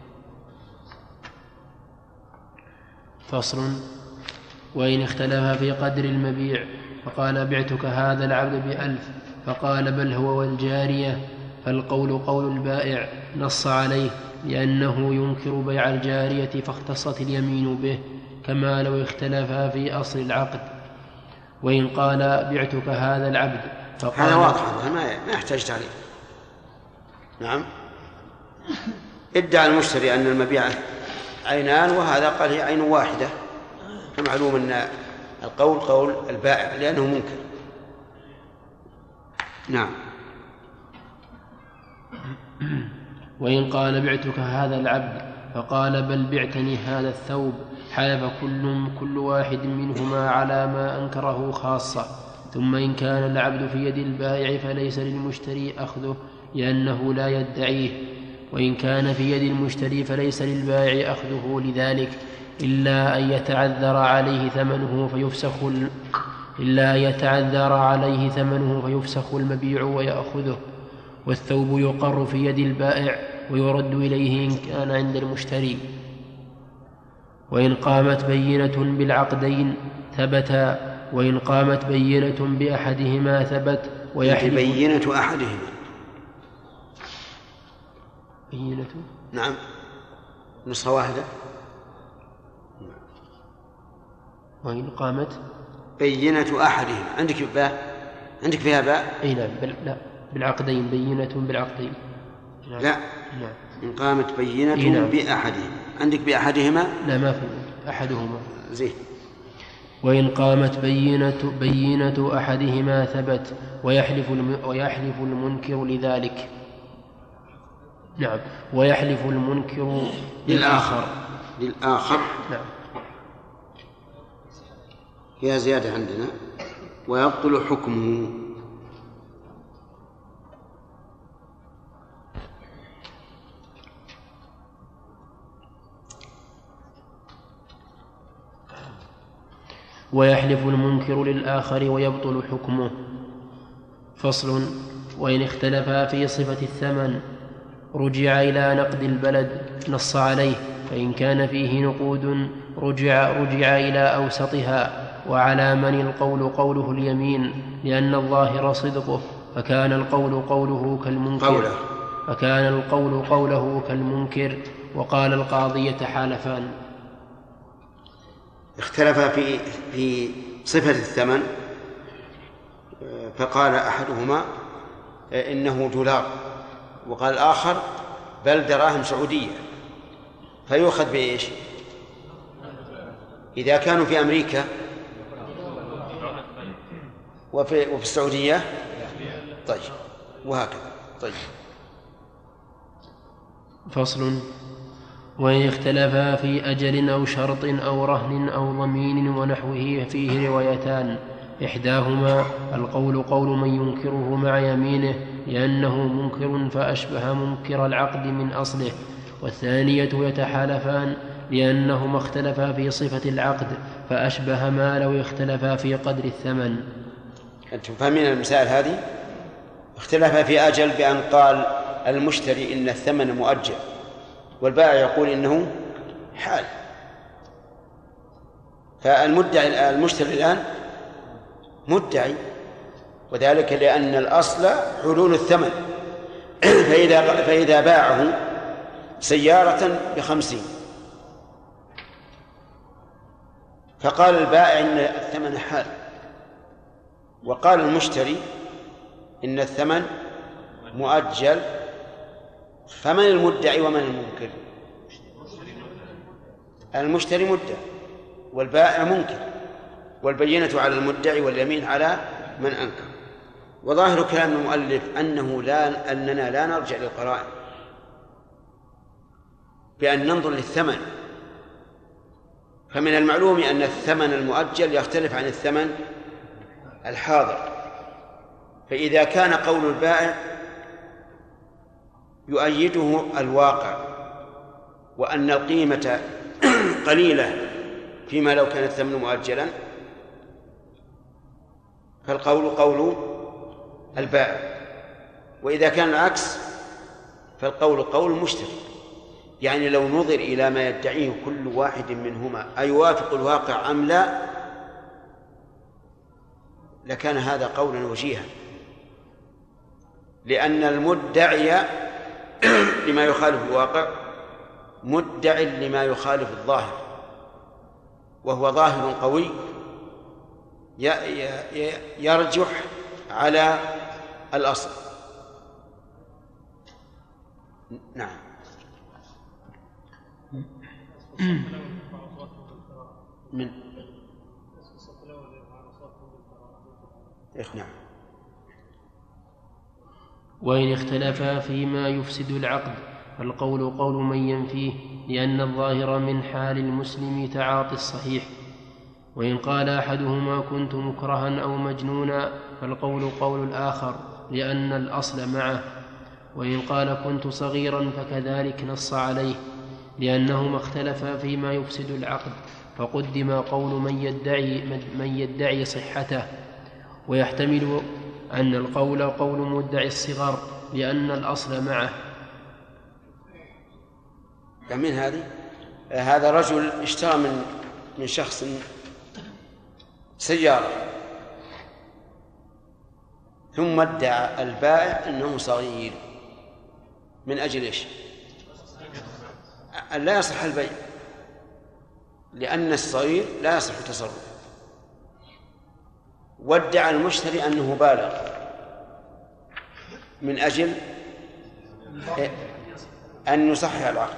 فصل. وإن اختلفا في قدر المبيع فقال بعتك هذا العبد بألف فقال بل هو والجارية، فالقول قول البائع نص عليه لأنه ينكر بيع الجارية فاختصت اليمين به، كما لو اختلفا في أصل العقد. وإن قال بعتك هذا العبد فقال
هذا واضح، ما يحتاج تعليل. نعم. ادعى المشتري أن المبيع عينان وهذا قال هي عين واحدة، فمعلوم أن القول قول البائع لأنه منكر. نعم.
وإن قال بعتك هذا العبد فقال بل بعتني هذا الثوب، حلف كل, كل واحد منهما على ما أنكره خاصة. ثم إن كان العبد في يد البائع فليس للمشتري أخذه لأنه لا يدعيه، وإن كان في يد المشتري فليس للبائع أخذه لذلك إلا أن يتعذر عليه ثمنه فيفسخ إلا أن يتعذر عليه ثمنه فيفسخ المبيع ويأخذه، والثوب يقر في يد البائع ويرد إليه إن كان عند المشتري. وإن قامت بينة بالعقدين ثبتا، وإن قامت بينة بأحدهما ثبت ويحلف.
بينة أحدهما
بينة
نعم نسخة واحدة.
وإن قامت
بينة أحدهما عندك باء، عندك فيها باء؟
أي لا لا بالعقدين، بينة بالعقدين.
لا نعم. إن قامت بينة
إيه نعم.
بأحدهما، عندك بأحدهما؟
لا ما في أحدهما.
زين.
وإن قامت بينة بينة أحدهما ثبت ويحلف ويحلف المنكر لذلك. نعم. ويحلف المنكر
للآخر للآخر
نعم.
فيها زيادة عندنا ويبطل حكمه.
ويحلف المنكر للآخر ويبطل حكمه. فصل. وإن اختلفا في صفة الثمن رجع إلى نقد البلد نص عليه، فإن كان فيه نقود رجع, رجع إلى أوسطها، وعلى من القول قوله اليمين لأن الظاهر صدقه، فكان القول قوله كالمنكر
قوله.
فكان القول قوله كالمنكر. وقال القاضي يتحالفان.
اختلف في في صفة الثمن، فقال أحدهما إنه دولار وقال الآخر بل دراهم سعودية، فيؤخذ بإيش؟ إذا كانوا في أمريكا وفي, وفي السعودية طيب، وهكذا. طيب.
فصل. وإن اختلفا في أجل أو شرط أو رهن أو ضمين ونحوه فيه روايتان، إحداهما القول قول من ينكره مع يمينه لأنه منكر فأشبه منكر العقد من أصله، والثانية يتحالفان لأنهما اختلفا في صفة العقد فأشبه ما لو اختلفا في قدر الثمن.
أنتم فاهمين المسائل هذه؟ اختلفا في أجل بأن قال المشتري إن الثمن مؤجل والبائع يقول إنه حال، فالمدعي المشتري الآن مدعي، وذلك لأن الأصل حلول الثمن. فإذا, فإذا باعه سيارة بخمسين فقال البائع إن الثمن حال، وقال المشتري إن الثمن مؤجل، فمن المدعي ومن المنكر؟ المشتري مدعي والبائع منكر، والبينة على المدعي واليمين على من أنكر. وظاهر كلام المؤلف أنه لا أننا لا نرجع للقرائن بأن ننظر للثمن، فمن المعلوم أن الثمن المؤجل يختلف عن الثمن الحاضر. فإذا كان قول البائع يؤيده الواقع وأن القيمة قليلة فيما لو كان الثمن مؤجلا، فالقول قول البائع. وإذا كان العكس فالقول قول المشتري. يعني لو نظر إلى ما يدعيه كل واحد منهما أيوافق الواقع أم لا لكان هذا قولا وجيها، لأن المدعي لما يخالف الواقع مدع لما يخالف الظاهر، وهو ظاهر قوي يرجح على الأصل. نعم. من نعم.
وإن اختلفا فيما يفسد العقد فالقول قول من ينفيه، لأن الظاهر من حال المسلم تعاطي الصحيح. وإن قال أحدهما كنت مكرها أو مجنونا فالقول قول الآخر، لأن الأصل معه. وإن قال كنت صغيرا فكذلك نص عليه، لأنهما اختلفا فيما يفسد العقد، فقدم قول من يدعي, من يدعي صحته. ويحتمل أن القول قول مدعي الصغر، لأن الأصل معه.
من هذه هذا رجل اشترى من من شخص سيارة، ثم ادعى البائع أنه صغير من أجل إيش؟ أن لا يصح البيع، لأن الصغير لا يصح تصرفه. وادعى المشتري أنه بالغ من أجل أن يصحح العقد.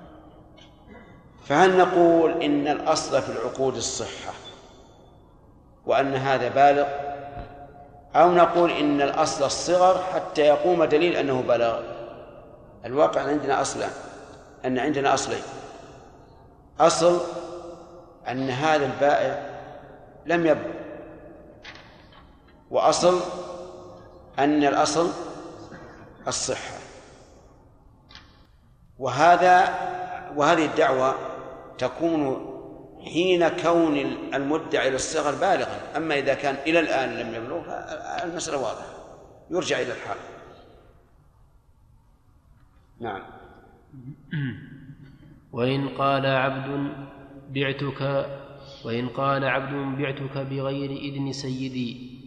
فهل نقول إن الأصل في العقود الصحة وأن هذا بالغ، أو نقول إن الأصل الصغر حتى يقوم دليل أنه بالغ؟ الواقع عندنا أصلا أن عندنا أصلين: أصل أن هذا البائع لم يبلغ، وأصل أن الأصل الصحة. وهذا وهذه الدعوة تكون حين كون المدعي للصغر بالغا. أما إذا كان إلى الآن لم يبلغ المسألة واضحة، يرجع إلى الحال. نعم.
وإن قال عبد بعتك وإن قال عبد بعتك بغير إذن سيدي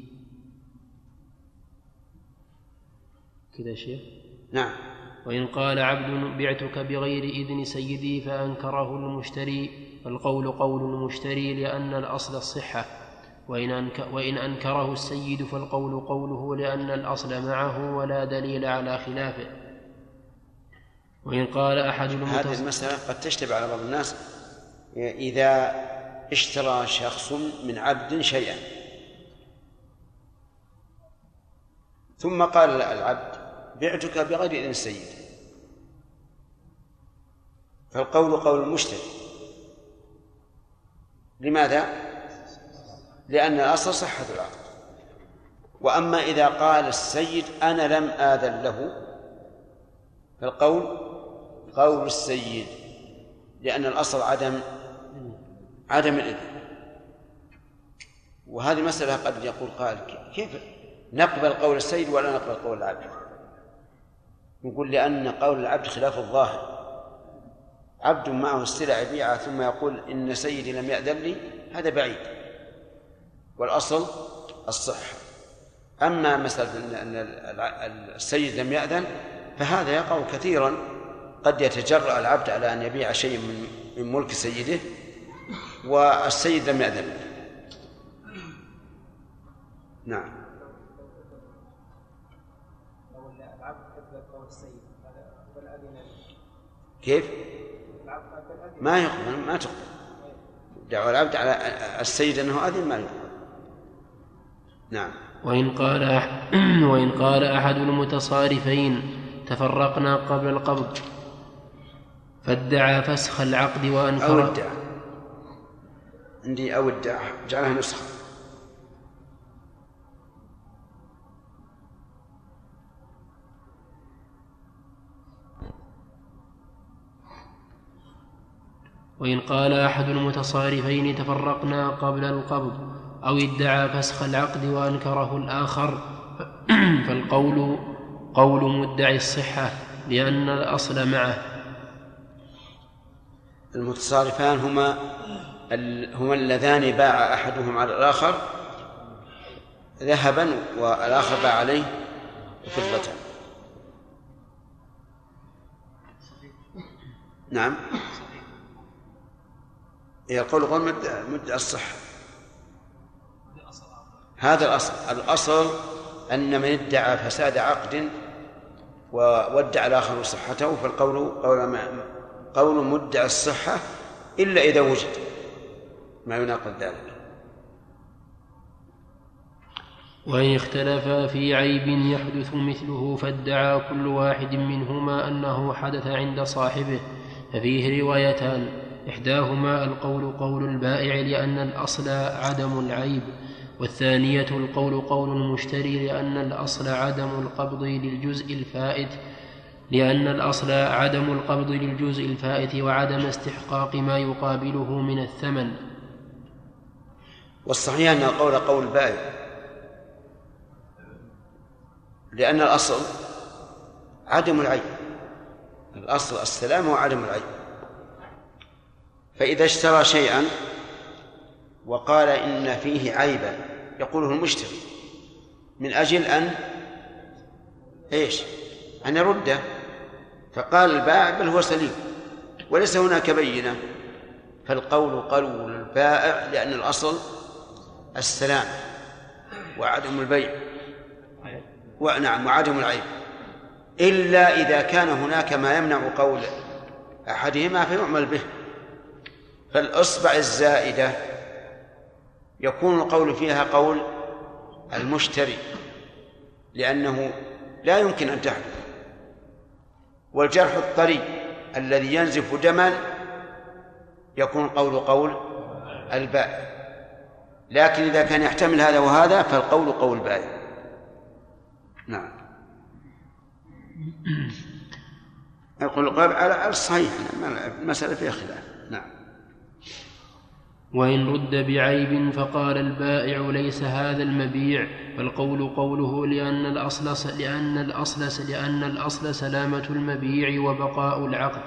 كذا شيخ.
نعم.
وإن قال عبد بعتك بغير إذن سيدي فأنكره المشتري فالقول قول المشتري، لأن الأصل الصحة. وإن, أنك وإن أنكره السيد فالقول قوله، لأن الأصل معه ولا دليل على خلافه. وإن قال أحد المتص...
هذه المسألة قد تشتبه على بعض الناس. إذا اشترى شخص من عبد شيئا ثم قال العبد بعتك بغير إذن السيد، فالقول قول المشتري. لماذا؟ لأن الأصل صحة العقد. وأما إذا قال السيد أنا لم آذن له فالقول قول السيد، لأن الأصل عدم عدم الإذن. وهذه مسألة قد يقول قائل كيف نقبل قول السيد ولا نقبل قول العبد؟ نقول لأن قول العبد خلاف الظاهر. عبد معه السلع يبيعها ثم يقول إن سيدي لم يأذن لي، هذا بعيد، والأصل الصحة. أما مسألة أن السيد لم يأذن فهذا يقع كثيرا. قد يتجرأ العبد على أن يبيع شيء من ملك سيده والسيد لم يأذن له. نعم. كيف؟ ما يقبل، ما تقبل دعوى العبد على السيد أنه أذن، ما يقبل. نعم.
وإن قال وإن قال أحد المتصارفين تفرقنا قبل القبض فادعى فسخ العقد وأنكر
أو ادعى، عندي أو ادعى جعلها نسخة.
وإن قال أحد المتصارفين تفرقنا قبل القبض أو ادعى فسخ العقد وأنكره الآخر فالقول قول مدعي الصحة لأن الأصل معه.
المتصارفان هما هما اللذان باع أحدهم على الآخر ذهبا والآخر باع عليه فضة. نعم، يقول قول مدعي الصحة، هذا الأصل. الأصل أن من ادعى فساد عقد وادعى الآخر صحته فالقول قول, قول مدعي الصحة إلا إذا وجد ما يناقض ذلك.
وإن اختلفا في عيب يحدث مثله فادعى كل واحد منهما أنه حدث عند صاحبه ففيه روايتان، إحداهما القول قول البائع لأن الأصل عدم العيب، والثانية القول قول المشتري لأن الأصل عدم القبض للجزء الفائت لأن الأصل عدم القبض للجزء الفائت وعدم استحقاق ما يقابله من الثمن.
والصحيح أن القول قول البائع لأن الأصل عدم العيب، الأصل السلام وعدم العيب. فإذا اشترى شيئا وقال إن فيه عيبا يقوله المشتري من أجل أن إيش أن يرده، فقال البائع بل هو سليم وليس هناك بينة، فالقول قول البائع لأن الأصل السلام وعدم البيع ونعم وعدم العيب، إلا إذا كان هناك ما يمنع قول أحدهما فيعمل به. فالأصبع الزائدة يكون القول فيها قول المشتري لأنه لا يمكن أن تحدث، والجرح الطري الذي ينزف دما يكون قول قول البائع، لكن إذا كان يحتمل هذا وهذا فالقول قول البائع. نعم، يقول القول على الصحيح المسألة فيها خلاف. نعم.
وإن رد بعيب فقال البائع ليس هذا المبيع فالقول قوله لأن الأصل لأن الأصل لأن الأصل سلامة المبيع وبقاء العقد.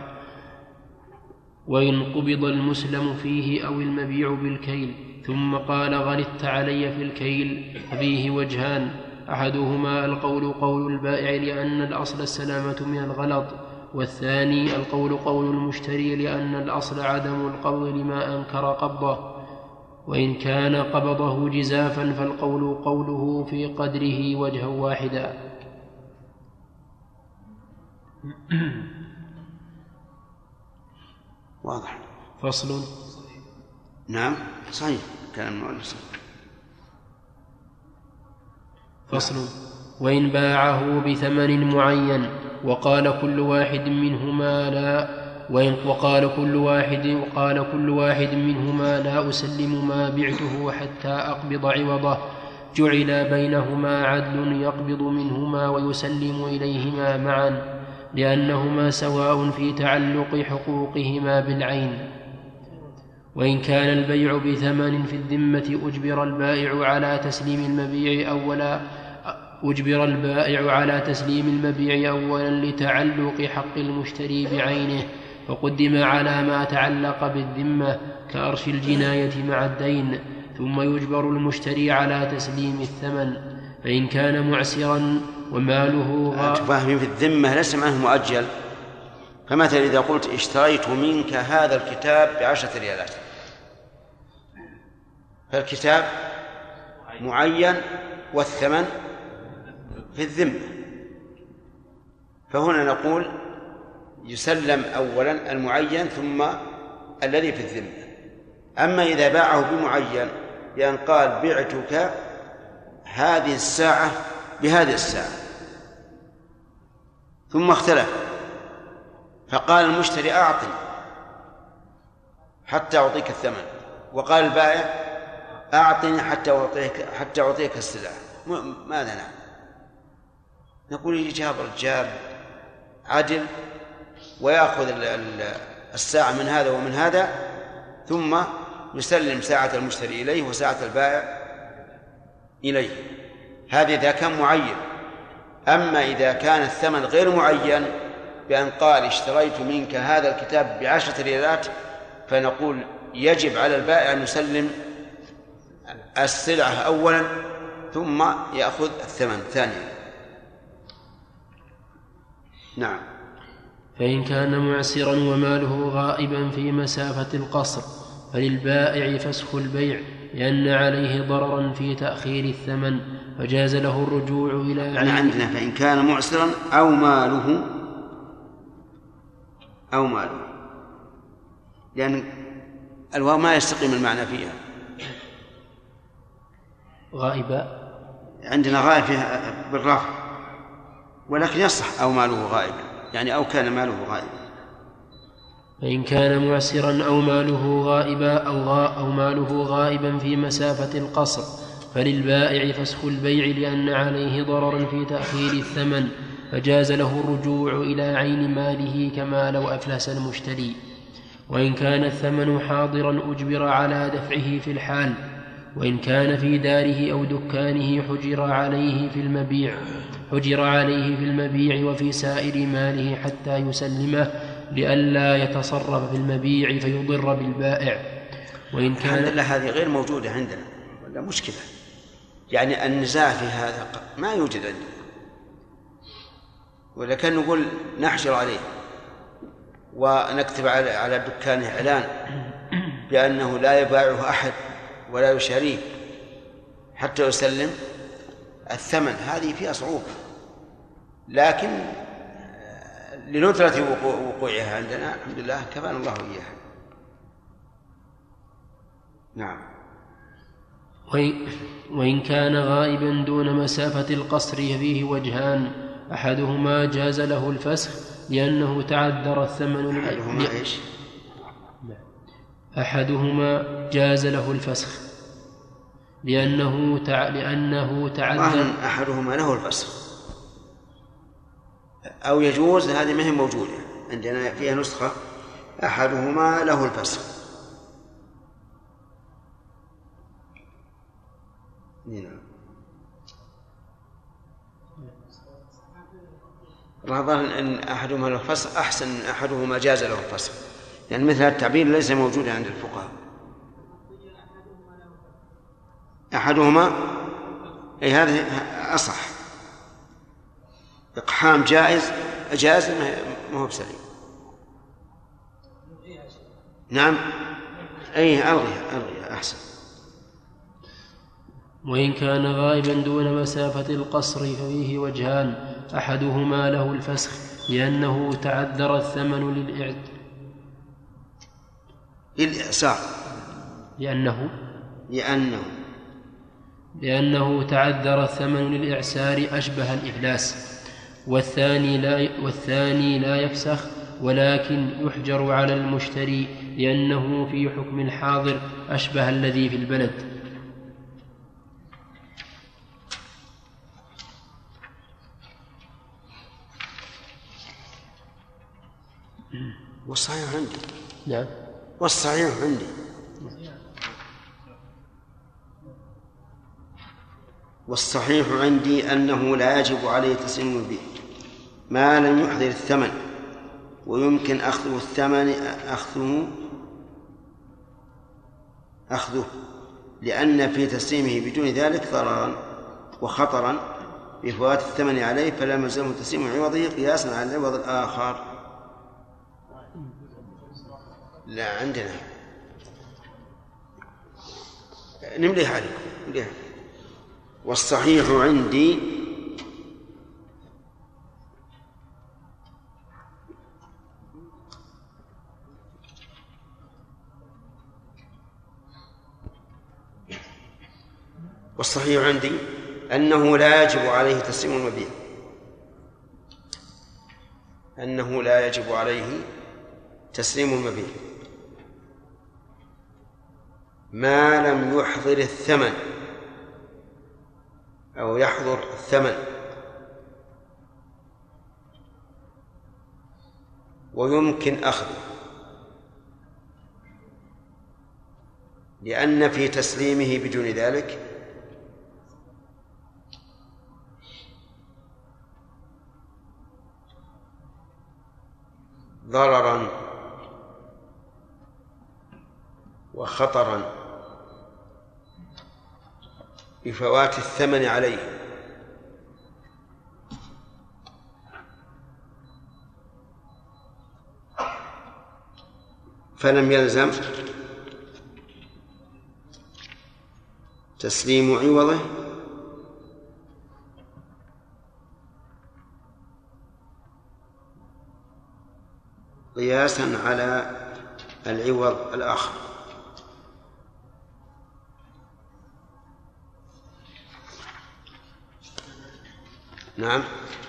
وإن قبض المسلم فيه أو المبيع بالكيل ثم قال غلطت علي في الكيل ففيه وجهان، أحدهما القول قول البائع لأن الأصل السلامة من الغلط، والثاني القول قول المشتري لأن الأصل عدم القبض لما أنكر قبضه. وإن كان قبضه جزافا فالقول قوله في قدره وجها واحدا.
واضح.
فصل.
نعم صحيح كلام المؤلف.
فصل. وإن باعه بثمن معين وقال كل واحد منهما لا وإن وقال كل واحد وقال كل واحد منهما لا أسلم ما بعته حتى أقبض عوضه، جعل بينهما عدل يقبض منهما ويسلم إليهما معا لأنهما سواء في تعلق حقوقهما بالعين. وإن كان البيع بثمن في الذمة أجبر البائع على تسليم المبيع أولا أجبر البائع على تسليم المبيع أولا لتعلق حق المشتري بعينه، فقدم على ما تعلق بالذمة كأرش الجناية مع الدين، ثم يجبر المشتري على تسليم الثمن. فإن كان معسرا وماله غا...
تفاهم في الذمة ليس معناه مؤجل. فمثلا إذا قلت اشتريت منك هذا الكتاب بعشرة ريالات، فالكتاب معين والثمن في الذمة، فهنا نقول يسلم أولا المعين ثم الذي في الذمة. أما إذا باعه بمعين بأن قال بعتك هذه الساعة بهذه الساعة ثم اختلف فقال المشتري أعطني حتى أعطيك الثمن، وقال البائع أعطني حتى أعطيك حتى أعطيك السلعة، ماذا نعمل؟ نقول يجاب الرجال عدل ويأخذ الساعة من هذا ومن هذا، ثم يسلم ساعة المشتري إليه وساعة البائع إليه. هذا إذا كان معين. أما إذا كان الثمن غير معين بأن قال اشتريت منك هذا الكتاب بعشرة ريالات، فنقول يجب على البائع أن يسلم السلعة أولا ثم يأخذ الثمن ثانيا. نعم.
فإن كان معسرا وماله غائبا في مسافة القصر فللبائع فسخ البيع لأن عليه ضررا في تأخير الثمن، فجاز له الرجوع إلى
يعني عندنا فإن كان معسرا أو ماله أو ماله، لأن الواو ما يستقيم المعنى فيها.
غائبا
عندنا غائب فيها بالرفع، ولكن يصح أو ماله غائبا، يعني أو كان ماله غائبا.
فإن كان معسرا أو ماله غائبا أو, غا أو ماله غائبا في مسافة القصر فللبائع فسخ البيع لأن عليه ضررا في تأخير الثمن، فجاز له الرجوع إلى عين ماله كما لو أفلس المشتري. وإن كان الثمن حاضرا أجبر على دفعه في الحال، وإن كان في داره أو دكانه حجر عليه في المبيع حجر عليه في المبيع وفي سائر ماله حتى يسلمه لئلا يتصرف في المبيع فيضر بالبائع. وإن كان
الحمد لله هذه غير موجودة عندنا ولا مشكلة، يعني النزاع في هذا ما يوجد عندنا، ولكن نقول نحجر عليه ونكتب على دكانه إعلان بأنه لا يباعه أحد ولا يشاريه حتى يسلم الثمن. هذه فيها صعوبة، لكن لندرة وقوعها عندنا الحمد لله كفانا الله إياها. نعم.
وإن كان غائبا دون مسافة القصر فيه وجهان، أحدهما جاز له الفسخ لأنه تعذر الثمن
أحدهما إيش؟
أحدهما جاز له الفسخ لأنه تع... لأنه تعذر.
أحدهما له الفسخ أو يجوز، هذه ما هي موجودة عندنا، فيها نسخة أحدهما له الفسخ. نعم. الظاهر أن أحدهما له الفسخ أحسن من أحدهما جاز له الفسخ، يعني مثل التعبير ليس موجودا عند الفقهاء. أحدهما أي هذا أصح، إقحام جائز جائز ما هو بسليم. نعم أي ألغيها ألغيها أحسن.
وإن كان غائبا دون مسافة القصر ففيه وجهان، أحدهما له الفسخ لأنه تعذر الثمن للإعد
للإعسار
لأنه
لأنه
لأنه تعذر الثمن للإعسار أشبه الإفلاس. والثاني لا, والثاني لا يفسخ ولكن يحجر على المشتري لأنه في حكم الحاضر أشبه الذي في البلد.
والصحيح عندي.
نعم.
والصحيح عندي والصحيح عندي أنه لا يجب عليه تسليم المبيع ما لم يحضر الثمن، ويمكن أخذه الثمن أخذه أخذه لأن في تسليمه بدون ذلك ضررا وخطرا بفوات الثمن عليه، فلا يلزمه تسليم عوضه قياسا على العوض الآخر. لا عندنا نمليها عليكم نمليها. والصحيح عندي والصحيح عندي أنه لا يجب عليه تسليم المبيع أنه لا يجب عليه تسليم المبيع ما لم يحضر الثمن أو يحضر الثمن، ويمكن أخذه لأن في تسليمه بدون ذلك ضررا وخطرا بفوات الثمن عليه. فلم يلزم تسليم عوضه قياسا على العوض الآخر. نعم،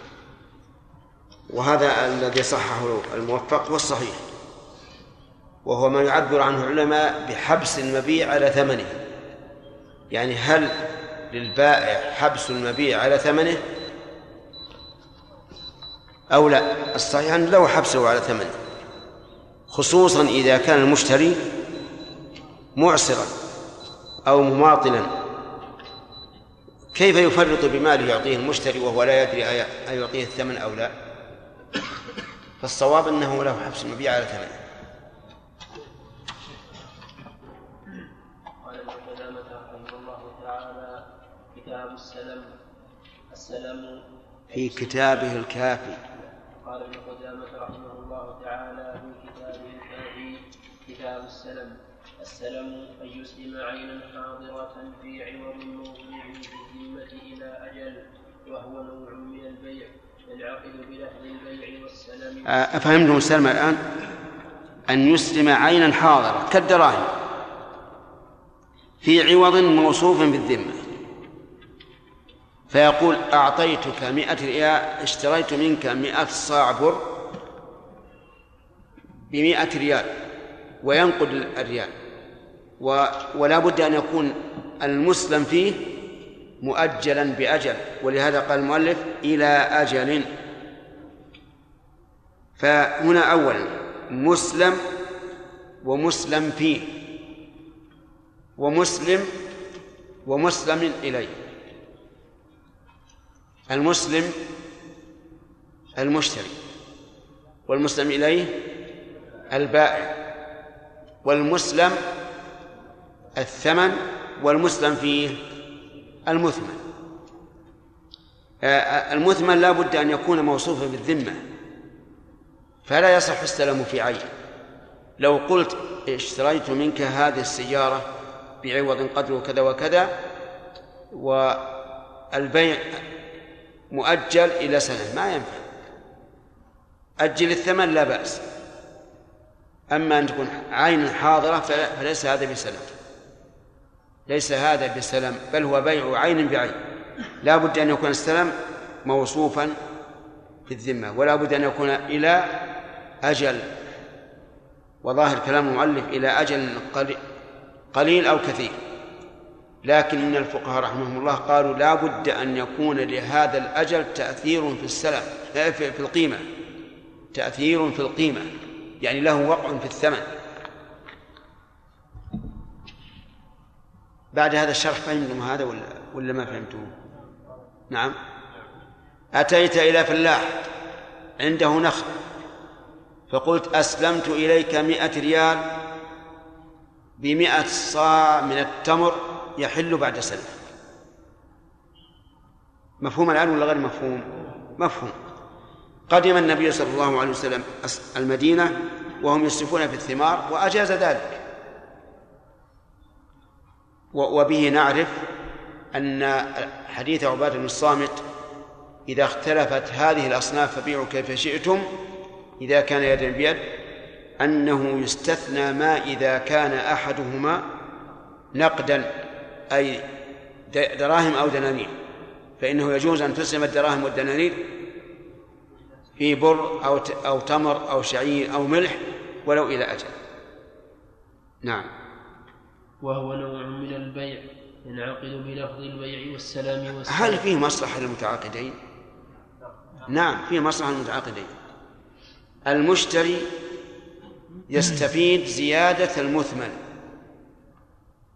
وهذا الذي صححه الموفق والصحيح، وهو ما يعبر عنه العلماء بحبس المبيع على ثمنه. يعني هل للبائع حبس المبيع على ثمنه أو لا؟ الصحيح أن له حبسه على ثمنه، خصوصا إذا كان المشتري معسرا أو مماطلا. كيف يفرط بماله يعطيه المشتري وهو لا يدري أيعطيه الثمن أو لا؟ فالصواب أنه له حبس المبيع على ثمنه.
قال ابن قدامة رحمه الله تعالى: كتاب السلم السلم
في كتابه الكافي.
قال ابن قدامة رحمه الله تعالى في كتابه الكافي: كتاب السلم السلم أن يسلم عينا حاضرة في عوض موضوع في الذمة إلى أجل، وهو نوع من البيع ينعقد بلفظ البيع والسلم.
أفهمتم السلم الآن؟ أن يسلم عينا حاضرة كالدراهم في عوض موصوف بالذمة، فيقول: أعطيتك مئة ريال، اشتريت منك مئة صاع بر بمئة ريال، وينقد الريال، ولا بد أن يكون المسلم فيه مؤجلا بأجل، ولهذا قال المؤلف: إلى أجل. فهنا أولا مسلم ومسلم فيه ومسلم ومسلم إليه. المسلم المشتري، والمسلم إليه البائع، والمسلم الثمن، والمسلم فيه المثمن. المثمن لا بد أن يكون موصوفا بالذمة، فلا يصح السلم في عين. لو قلت: اشتريت منك هذه السيارة بعوض قدره كذا وكذا، والبيع مؤجل إلى سنة، ما ينفع. أجل الثمن لا بأس، أما أن تكون عين حاضرة فليس هذا بسلم، ليس هذا بسلم، بل هو بيع عين بعين. لا بد أن يكون السلم موصوفا في الذمة، ولا بد أن يكون إلى أجل، وظاهر كلام المؤلف إلى أجل قليل أو كثير. لكن إن الفقهاء رحمهم الله قالوا: لا بد أن يكون لهذا الأجل تأثير في السلم، في القيمة، تأثير في القيمة، يعني له وقع في الثمن. بعد هذا الشرح فهمتم هذا ولا ولا ما فهمتم؟ نعم. أتيت إلى فلاح عنده نخل، فقلت: أسلمت إليك مئة ريال بمئة صاع من التمر يحل بعد سنة. مفهوم الآن ولا غير مفهوم؟ مفهوم. قدم النبي صلى الله عليه وسلم المدينة وهم يسرفون في الثمار، وأجاز ذلك، وبه نعرف أن حديث عبادة بن الصامت: إذا اختلفت هذه الأصناف فبيعوا كيف شئتم إذا كان يدا بيد، أنه يستثنى ما إذا كان أحدهما نقدا، أي دراهم أو دنانير، فإنه يجوز أن تسلم الدراهم والدنانير في بر أو أو تمر أو شعير أو ملح ولو إلى أجل. نعم.
وهو نوع من البيع ينعقد بلفظ البيع والسلام والسلام.
هل فيه مصلحة للمتعاقدين؟ نعم، فيه مصلحة للمتعاقدين. المشتري يستفيد زيادة المثمن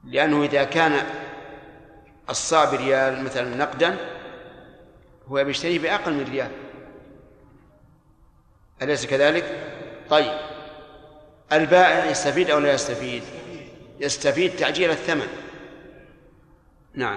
لأنه إذا كان الصاع بريال مثلا نقدا هو بيشتريه بأقل من ريال، أليس كذلك؟ طيب البائع يستفيد أو لا يستفيد؟ يستفيد تعجيل الثمن. نعم.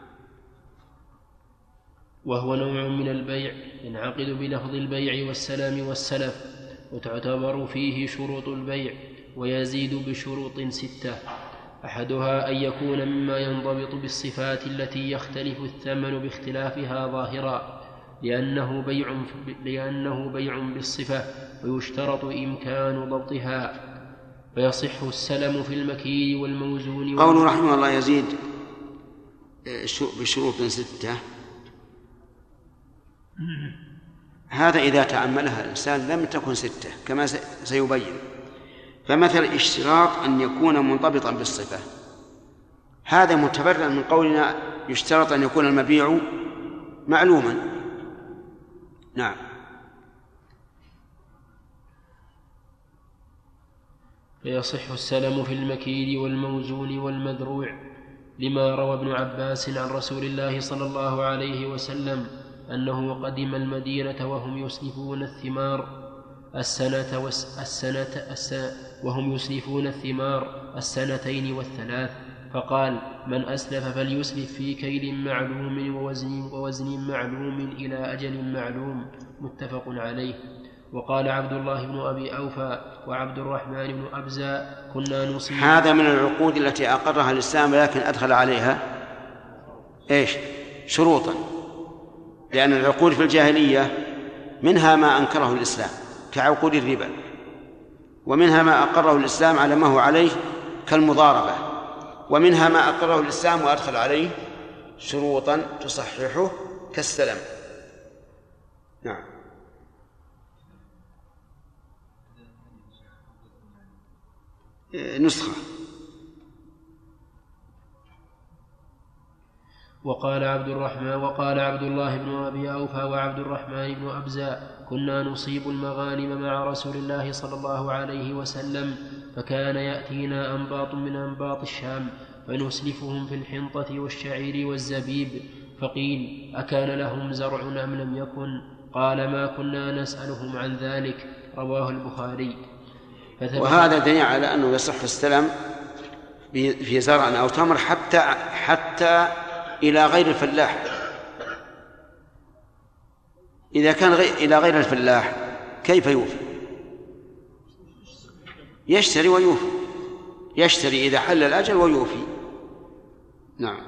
وهو نوع من البيع ينعقد بلفظ البيع والسلام والسلف، وتعتبر فيه شروط البيع، ويزيد بشروط ستة. أحدها أن يكون مما ينضبط بالصفات التي يختلف الثمن باختلافها ظاهرا، لأنه بيع, لأنه بيع بالصفة، ويشترط إمكان ضبطها، فيصح السلم في المكيل والموزون.
قوله رحمه الله يزيد بشروط ستة، هذا إذا تأملها الإنسان لم تكن ستة كما سيبين. فمثل اشتراط أن يكون منضبطا بالصفة، هذا متبرر من قولنا يشترط أن يكون المبيع معلوما. نعم.
فيصح السلم في المكيل والموزون والمذروع، لما روى ابن عباس عن رسول الله صلى الله عليه وسلم أنه قدم المدينة وهم يسلفون الثمار السنة والسنة السنة وهم يسلفون الثمار السنتين والثلاث، فقال: من أسلف فليسلف في كيل معلوم ووزن, ووزن معلوم إلى أجل معلوم، متفق عليه. وقال عبد الله بن أبي أوفى وعبد الرحمن بن أبزاء: كنا نصيب.
هذا من العقود التي أقرها الإسلام لكن أدخل عليها إيش؟ شروطا، لأن العقود في الجاهلية منها ما أنكره الإسلام كعقود الربا، ومنها ما أقره الإسلام على ما هو عليه كالمضاربة، ومنها ما أقره الإسلام وأدخل عليه شروطا تصححه كالسلم. نعم. نسخة.
وقال عبد الرحمن وقال عبد الله بن أبي أوفى وعبد الرحمن بن أبزاء: كنا نصيب المغانم مع رسول الله صلى الله عليه وسلم، فكان يأتينا أنباط من أنباط الشام فنسلفهم في الحنطة والشعير والزبيب، فقيل: أكان لهم زرع أم لم يكن؟ قال: ما كنا نسألهم عن ذلك. رواه البخاري.
وهذا دليل على أنه يصح السلم في زرع أو تمر حتى حتى إلى غير الفلاح. إذا كان غير إلى غير الفلاح كيف يوفي؟ يشتري ويوفي، يشتري إذا حل الأجل ويوفي. نعم.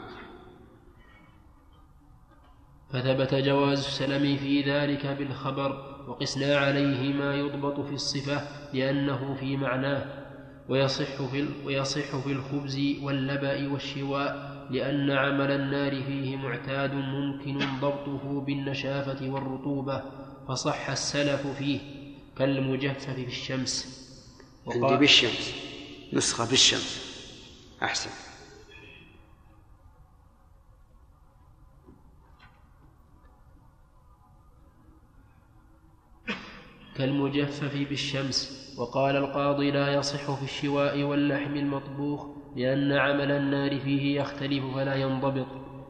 فثبت جواز السلم في ذلك بالخبر، وقسنا عليه ما يضبط في الصفة لأنه في معناه، ويصح في, ويصح في الخبز واللبأ والشواء، لأن عمل النار فيه معتاد ممكن ضبطه بالنشافة والرطوبة، فصح السلف فيه كالمجفف في الشمس.
عندي بالشمس، نسخة بالشمس أحسن.
كالمجفف بالشمس. وقال القاضي: لا يصح في الشواء واللحم المطبوخ، لأن عمل النار فيه يختلف فلا ينضبط.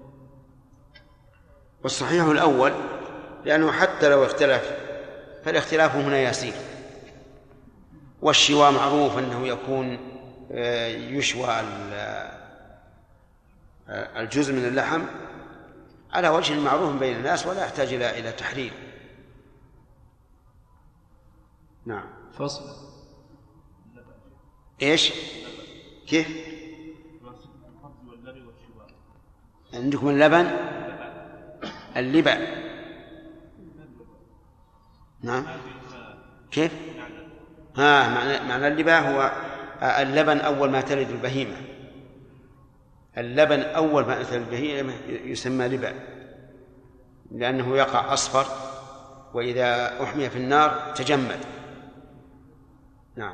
والصحيح الأول، لأنه حتى لو اختلف فالاختلاف هنا يسير. والشواء معروف أنه يكون يشوى الجزء من اللحم على وجه معروف بين الناس ولا يحتاج إلى تحرير. نعم.
فصل.
إيش؟ كيف؟ عندكم اللبن، اللبع. نعم. كيف؟ ها معنى معنى اللبع هو اللبن أول ما تلد البهيمة. اللبن أول ما تلد البهيمة يسمى لبع، لأنه يقع أصفر، وإذا أحمي في النار تجمد. نعم.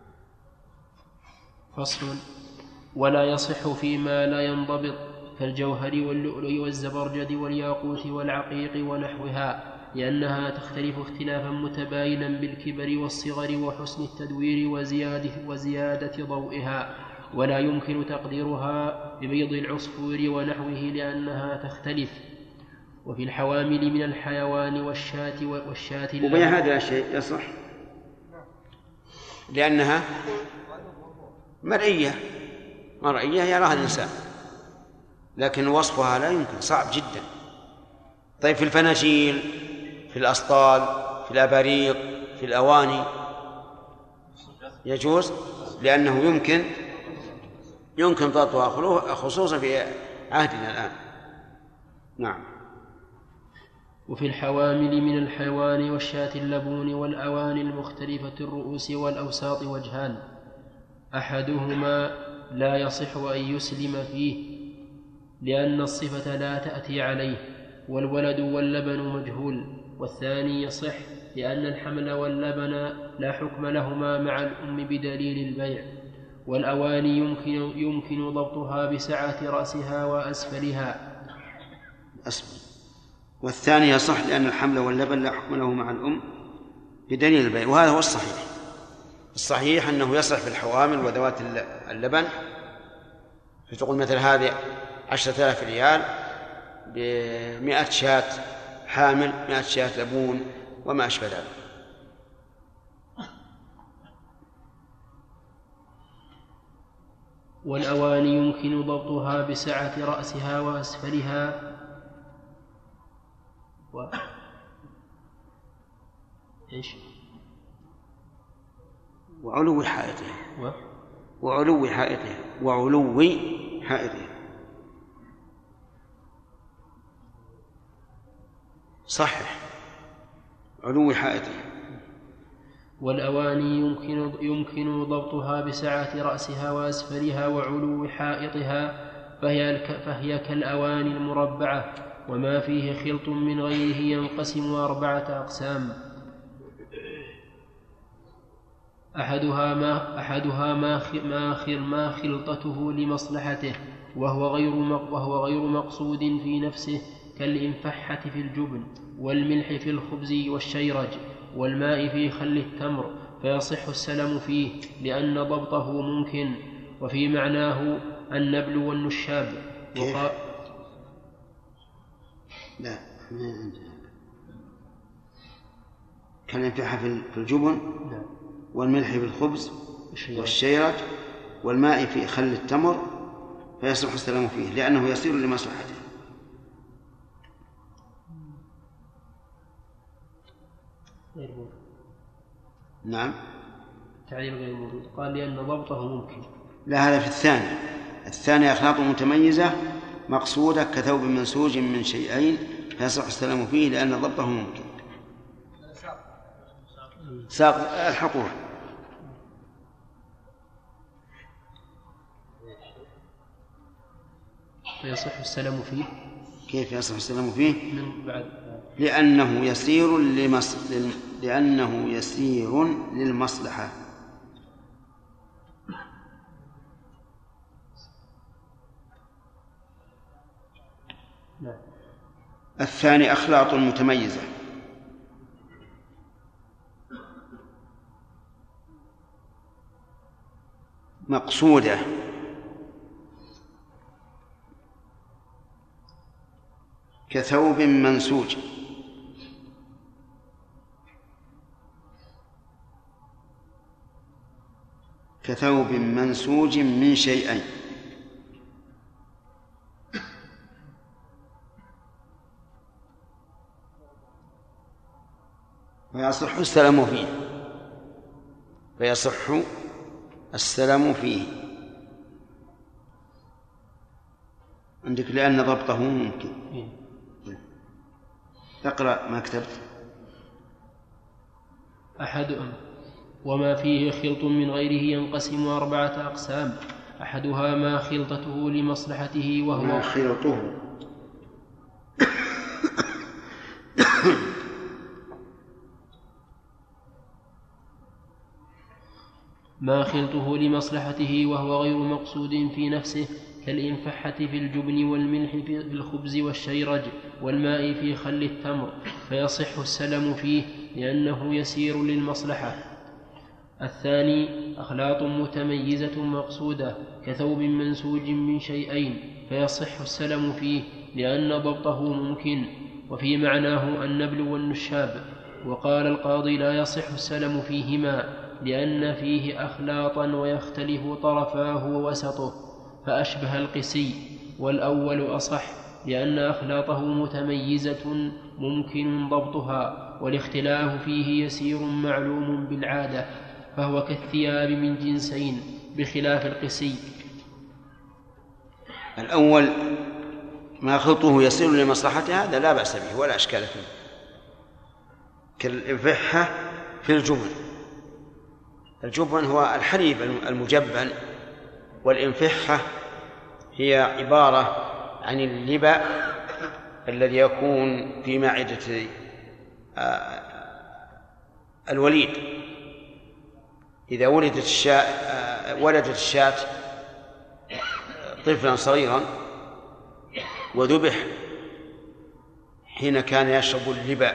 فصل. ولا يصح فيما لا ينضبط كالجوهر واللؤلؤ والزبرجد والياقوت والعقيق ونحوها، لأنها تختلف اختلافا متباينا بالكبر والصغر وحسن التدوير وزيادة, وزيادة ضوئها، ولا يمكن تقديرها ببيض العصفور ونحوه لأنها تختلف. وفي الحوامل من الحيوان والشاة والشاة
وبين هذا الشيء يصح لأنها مرئية مرئية يراها الإنسان، لكن وصفها لا يمكن، صعب جدا. طيب في الفناجيل، في الأسطال، في الأباريق، في الأواني يجوز لأنه يمكن يمكن ضبطها خصوصا في عهدنا الآن. نعم.
وفي الحوامل من الحيوان والشاة اللبون والأواني المختلفة الرؤوس والأوساط وجهان: أحدهما لا يصح أن يسلم فيه لأن الصفة لا تأتي عليه والولد واللبن مجهول، والثاني يصح لأن الحمل واللبن لا حكم لهما مع الأم بدليل البيع. والأواني يمكن, يمكن ضبطها بسعة رأسها وأسفلها.
أسفل. والثاني يصح لأن الحمل واللبن لا حكم له مع الأم بدليل البيع، وهذا هو الصحيح. الصحيح أنه يصح في الحوامل وذوات اللبن، فتقول مثل هذه عشرة آلاف ريال بمئة شاة حامل، مئة شاة لبون وما أشبه ذلك.
والأواني يمكن ضبطها بسعة رأسها وأسفلها و... إيش؟
وعلو حائطها
و...
وعلو حائطها وعلو حائطها صحح علو حائطها.
والأواني يمكن, يمكن ضبطها بسعة رأسها وأسفلها وعلو حائطها، فهي, فهي كالأواني المربعة، وما فيه خلط من غيره ينقسم أربعة أقسام: أحدها ما, أحدها ما, ما, ما خلطته لمصلحته وهو غير, وهو غير مقصود في نفسه كالإنفحة في الجبن، والملح في الخبز والشيرج، والماء في خل التمر، فيصح السلم فيه لأن ضبطه ممكن. وفي معناه النبل والنشاب. وقال
لا ما عندنا كالإنفحة في الجبن والملح في الخبز والشيرج والماء في خل التمر، فيصح السلام فيه لأنه يصير لمصلحته.
غير موجود.
نعم.
تعليل غير موجود. قال لأن ضبطه ممكن.
لا، هذا في الثاني. الثاني أخلاط متميزة مقصودة كثوب منسوج من شيئين فيصح السلام فيه لأن ضبطه ممكن. ساق الحقوق.
فيصح السلام فيه.
كيف يصح السلام فيه؟
من بعد.
لأنه يسير لمص... لأنه يسير للمصلحة.
نعم.
الثاني أخلاط متميزة مقصودة كثوب منسوج كثوب منسوج من شيئين فيصح السلام فيه فيصح السلام فيه عندك لأن ضبطه ممكن. اقرأ ما كتبت.
أحد وما فيه خلط من غيره ينقسم أربعة أقسام: أحدها ما خلطته لمصلحته وهو
ما خلطه
ما خلطه لمصلحته وهو غير مقصود في نفسه كالإنفحة في الجبن والملح في الخبز والشيرج والماء في خل التمر، فيصح السلم فيه لأنه يسير للمصلحة. الثاني أخلاط متميزة مقصودة كثوب منسوج من شيئين فيصح السلم فيه لأن ضبطه ممكن، وفي معناه النبل والنشاب. وقال القاضي لا يصح السلم فيهما لأن فيه أخلاطا ويختلف طرفاه ووسطه فأشبه القسي، والأول أصح لأن أخلاطه متميزة ممكن ضبطها، والاختلاف فيه يسير معلوم بالعادة، فهو كالثياب من جنسين بخلاف القسي.
الأول ما خلطه يسير لمصلحته هذا لا بأس به ولا أشكال فيه، كالإفحة في الجبن. الجبن هو الحليب المجبن، والإنفحة هي عبارة عن اللبأ الذي يكون في معدة الوليد. إذا ولدت الشاة ولدت الشاة طفلا صغيرا وذبح حين كان يشرب اللبأ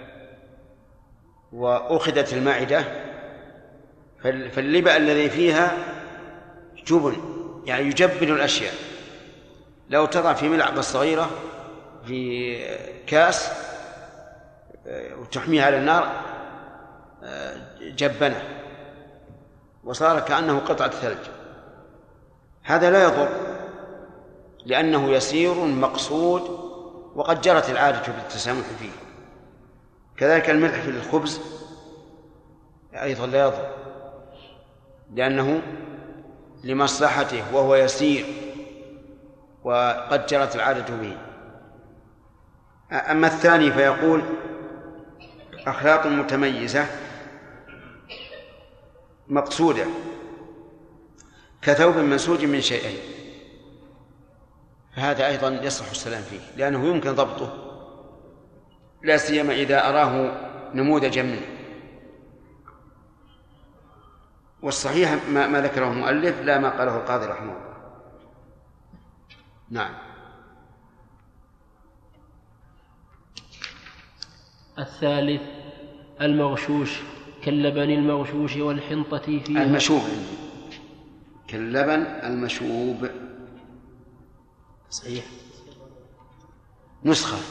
وأخذت المعدة، فاللبأ الذي فيها جبن، يعني يجبن الأشياء. لو تضع في ملعقة صغيرة في كاس وتحميها على النار جبنه وصار كأنه قطعة ثلج. هذا لا يضر لأنه يسير مقصود وقد جرت العادة بالتسامح فيه. كذلك الملح في الخبز أيضا لا يضر لأنه لمصلحته وهو يسير وقد جرت العادة به. أما الثاني فيقول أخلاط متميزة مقصودة كثوب منسوج من شيئين، فهذا أيضا يصح السلام فيه لأنه يمكن ضبطه، لا سيما إذا أراه نموذجا منه. والصحيح ما, ما ذكره المؤلف لا ما قاله القاضي رحمه الله. نعم.
الثالث المغشوش كاللبن المغشوش والحنطة فيها.
المشوب كاللبن المشوب صحيح، نسخة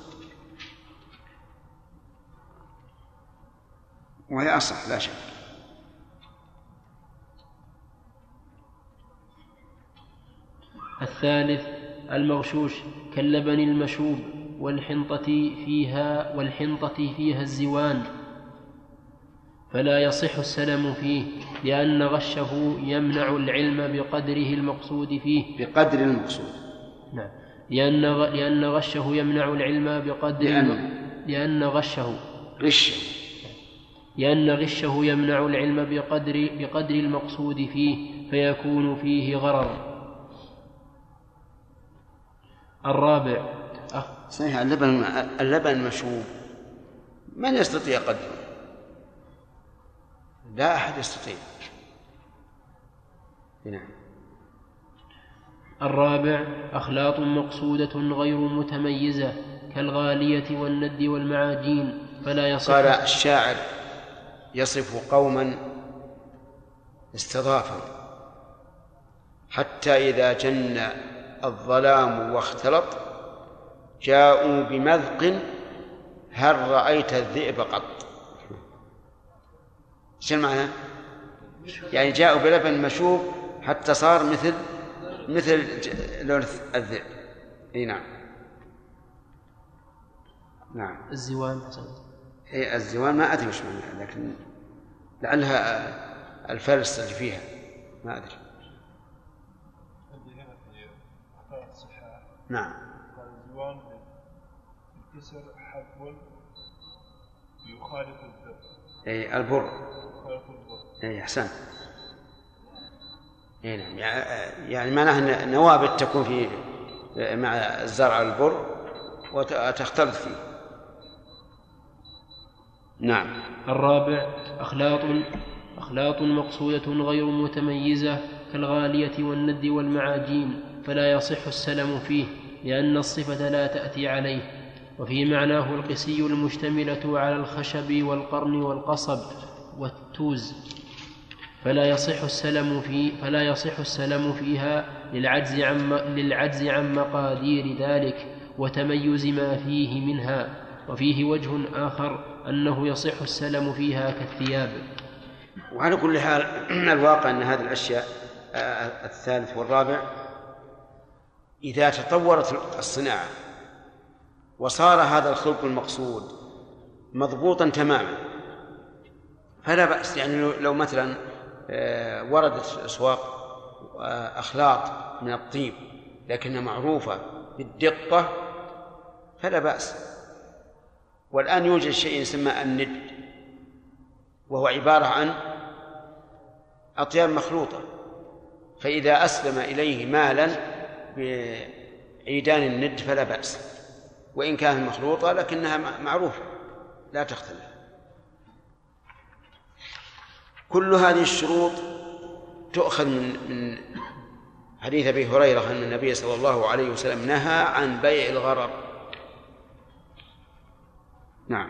وهي أصح لا شك.
الثالث المغشوش كاللبن المشوب والحنطة فيها والحنطة فيها الزوان، فلا يصح السلم فيه لأن غشه يمنع العلم بقدره المقصود فيه.
بقدر المقصود.
نعم. لأن لأن غشه يمنع العلم بقدر
لأن,
لأن غشه
غشه
لأن غشه يمنع العلم بقدر بقدر المقصود فيه فيكون فيه غرر. الرابع
أه. صحيح. اللبن اللبن المشوب من يستطيع قدره؟ لا أحد يستطيع. نعم.
الرابع أخلاط مقصودة غير متميزة كالغالية والند والمعاجين فلا يصح.
قال الشاعر يصف قوما استضافا حتى إذا جن الظلام واختلط جاءوا بمذق هل رأيت الذئب قط. شو المعنى؟ يعني جاءوا بلبن مشوب حتى صار مثل مثل لون الذئب. اي نعم. نعم.
الزوان حسن.
اي الزوان ما ادري وش معناها، لكن لعلها الفلس اللي فيها ما ادري. نعم.
الزوان الكسر حب يخالف الذر.
اي البر. اي احسن. اي نعم. يعني معناها نوابت تكون في مع الزرع البر وتختلط فيه. نعم.
الرابع أخلاط أخلاط مقصودة غير متميزة كالغالية والند والمعاجين فلا يصح السلم فيه لأن الصفة لا تأتي عليه. وفي معناه القسي المشتملة على الخشب والقرن والقصب والتوز فلا يصح السلم في فلا يصح السلم فيها للعجز عن للعجز عن مقادير ذلك وتميز ما فيه منها. وفيه وجه آخر أنه يصح السلم فيها كالثياب.
وعلى كل حال الواقع أن هذه الأشياء الثالث والرابع إذا تطورت الصناعة وصار هذا الخلق المقصود مضبوطا تماما فلا بأس. يعني لو مثلا وردت في الأسواق أخلاط من الطيب لكنها معروفة بالدقة فلا بأس. والآن يوجد شيء يسمى الند وهو عبارة عن أطياب مخلوطة، فإذا أسلم إليه مالا بعيدان الند فلا بأس، وإن كانت مخلوطة لكنها معروفة لا تختلف. كل هذه الشروط تؤخذ من من حديث أبي هريرة أن النبي صلى الله عليه وسلم نهى عن بيع الغرر. نعم.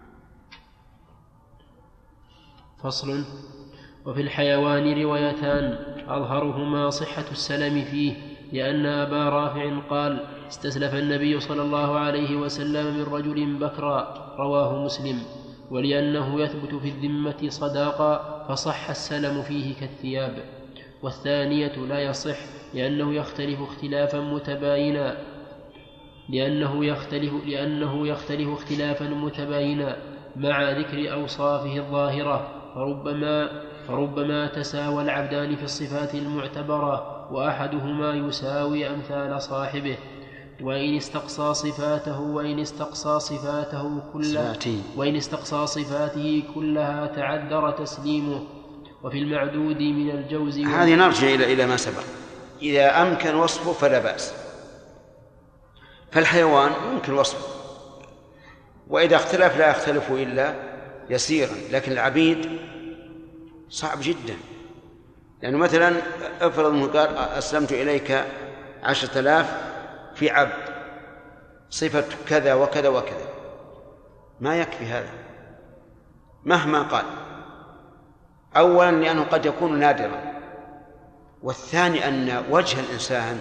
فصل. وفي الحيوان روايتان أظهرهما صحة السلم فيه، لأن أبا رافع قال: استسلف النبي صلى الله عليه وسلم من رجل بكرا، رواه مسلم، ولأنه يثبت في الذمة صداقا فصح السلم فيه كالثياب. والثانية لا يصح لأنه يختلف اختلافا متباينا لأنه يختلف لأنه يختلف اختلافا متباينا مع ذكر أوصافه الظاهرة، فربما فربما تساوى العبدان في الصفات المعتبرة وأحدهما يساوي أمثال صاحبه، وإن استقصى صفاته وإن استقصى صفاته كلها وإن استقصى صفاته كلها تعذر تسليمه. وفي المعدود من الجوز
هذه نرجع إلى إلى ما سبق، إذا أمكن وصفه فلا بأس. فالحيوان يمكن وصفه، وإذا اختلف لا يختلف إلا يسيرا، لكن العبيد صعب جدا. لأنه مثلا افرض أنه قال: أسلمت إليك عشرة آلاف في عبد صفة كذا وكذا وكذا، ما يكفي هذا مهما قال. أولا لأنه قد يكون نادرا، والثاني أن وجه الإنسان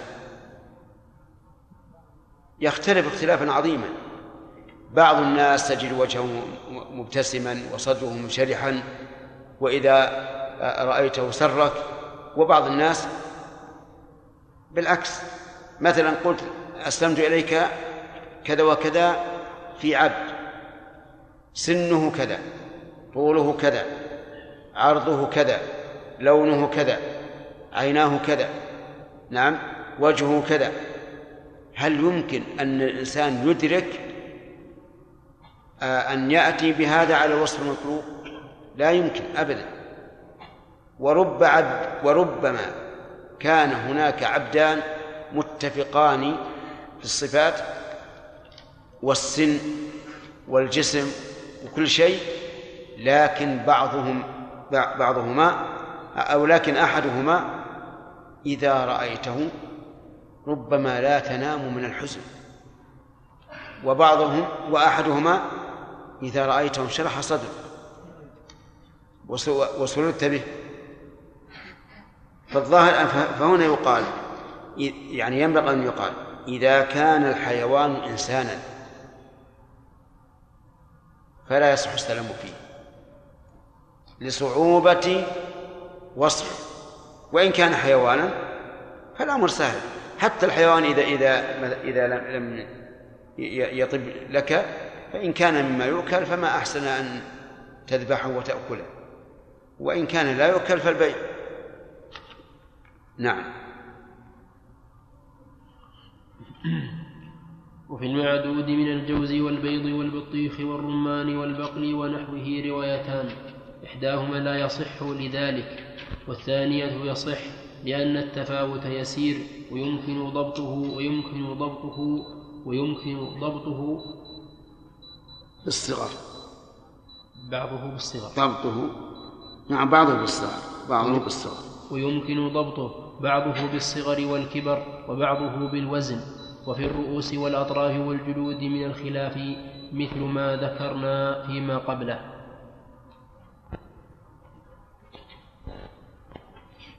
يختلف اختلافا عظيما. بعض الناس تجد وجهه مبتسما وصدره منشرحا وإذا رأيته سرك، وبعض الناس بالعكس. مثلا قلت: أسلمت إليك كذا وكذا في عبد سنه كذا، طوله كذا، عرضه كذا، لونه كذا، عيناه كذا، نعم، وجهه كذا. هل يمكن أن الإنسان يدرك أن يأتي بهذا على الوصف المطلوب؟ لا يمكن أبدا. ورب عبد وربما كان هناك عبدان متفقان في الصفات والسن والجسم وكل شيء، لكن بعضهم بعضهما أو لكن أحدهما إذا رأيته ربما لا تنام من الحزن، وبعضهم وأحدهما إذا رأيته انشرح صدره وسررت به. فالظاهر فهنا يقال، يعني ينبغي أن يقال: إذا كان الحيوان إنسانا فلا يصح السلام فيه لصعوبة وصفه، وإن كان حيوانا فالأمر سهل. حتى الحيوان إذا إذا إذا لم يطب لك فإن كان مما يؤكل فما أحسن أن تذبحه وتأكله، وإن كان لا يؤكل فالبيع. نعم.
وفي المعدود من الجوز والبيض والبطيخ والرمان والبقل ونحوه روايتان، إحداهما لا يصح لذلك، والثانية يصح لأن التفاوت يسير ويمكن ضبطه ويمكن ضبطه ويمكن ضبطه
بالصغر،
بعضه بالصغر
ضبطه نعم بعضه بالصغر بعضه بالصغر
ويمكن ضبطه بعضه بالصغر والكبر وبعضه بالوزن. وفي الرؤوس والأطراف والجلود من الخلاف مثل ما ذكرنا فيما قبله.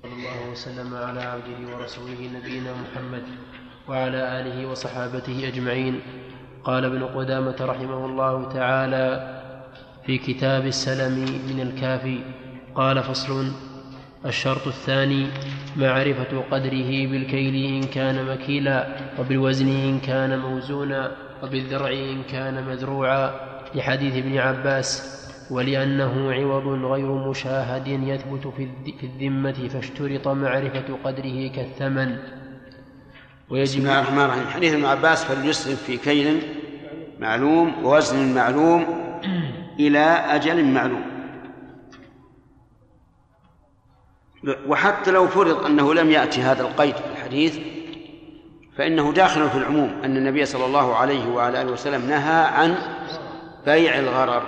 صلى الله وسلم على عبده ورسوله نبينا محمد وعلى آله وصحابته أجمعين. قال ابن قدامة رحمه الله تعالى في كتاب السلم من الكافي: قال: فصل. الشرط الثاني معرفة قدره بالكيل إن كان مكيلا، وبالوزن إن كان موزونا، وبالذرع إن كان مذروعا، لحديث ابن عباس: ولأنه عوض غير مشاهد يثبت في الذمة فاشترط معرفة قدره كالثمن.
بسم الله الرحمن الرحيم. حديث ابن عباس: فليسلم في كيل معلوم ووزن معلوم إلى أجل معلوم. وحتى لو فرض أنه لم يأتي هذا القيد في الحديث فإنه داخل في العموم، أن النبي صلى الله عليه وعلى آله وسلم نهى عن بيع الغرر.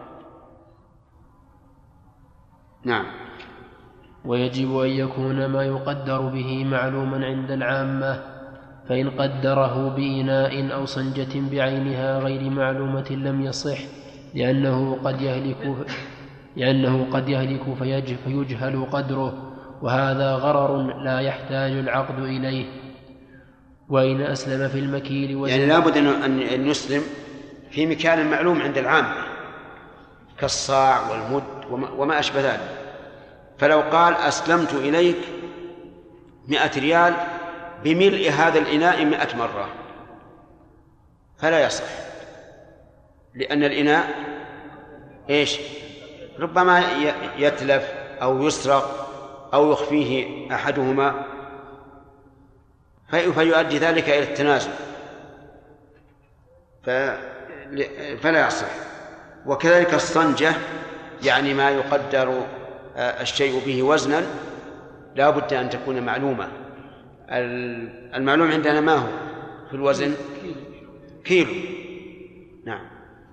نعم.
ويجب أن يكون ما يقدر به معلوما عند العامة، فإن قدره بإناء أو صنجة بعينها غير معلومة لم يصح، لأنه قد يهلك لأنه قد يهلك فيجهل قدره، وهذا غرر لا يحتاج العقد إليه. وإن أسلم في المكيل وزن،
يعني لابد أن يسلم في مكان معلوم عند العامة كالصاع والمد وما أشبه ذلك. فلو قال: أسلمت إليك مئة ريال بملء هذا الإناء مئة مرة، فلا يصح، لأن الإناء إيش؟ ربما يتلف أو يسرق أو يخفيه أحدهما فيؤدي ذلك إلى التنازل، فلا يصح. وكذلك الصنجة، يعني ما يقدر الشيء به وزنا، لا بد أن تكون معلومة. المعلوم عندنا ما هو في الوزن؟ كيلو. نعم.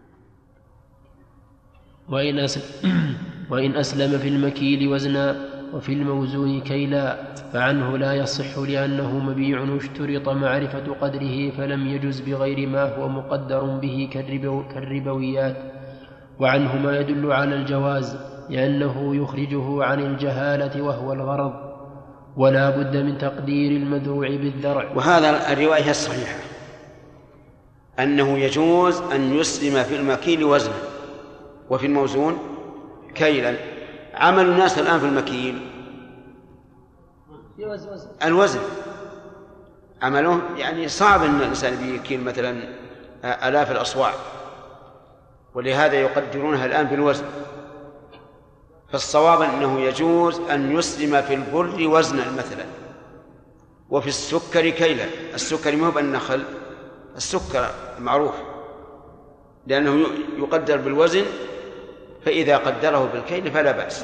وإن أسلم, وإن أسلم في المكيل وزنا وفي الموزون كيلا فعنه لا يصح، لأنه مبيع اشترط معرفة قدره فلم يجز بغير ما هو مقدر به كالربويات. وعنه ما يدل على الجواز، لأنه يخرجه عن الجهالة وهو الغرض، ولا بد من تقدير المذروع بالذرع.
وهذا الرواية الصحيحة، أنه يجوز أن يسلم في المكيل وزنا وفي الموزون كيلا. عمل الناس الآن في المكيل الوزن، عملهم يعني صعب أن الإنسان يكيل مثلا آلاف الأصواع، ولهذا يقدرونها الآن بالوزن. فالصواب أنه يجوز أن يسلم في البر وزنا مثلا، وفي السكر كيلا. السكر مو بالنخل، السكر معروف لأنه يقدر بالوزن، فإذا قدره بالكيل فلا بأس.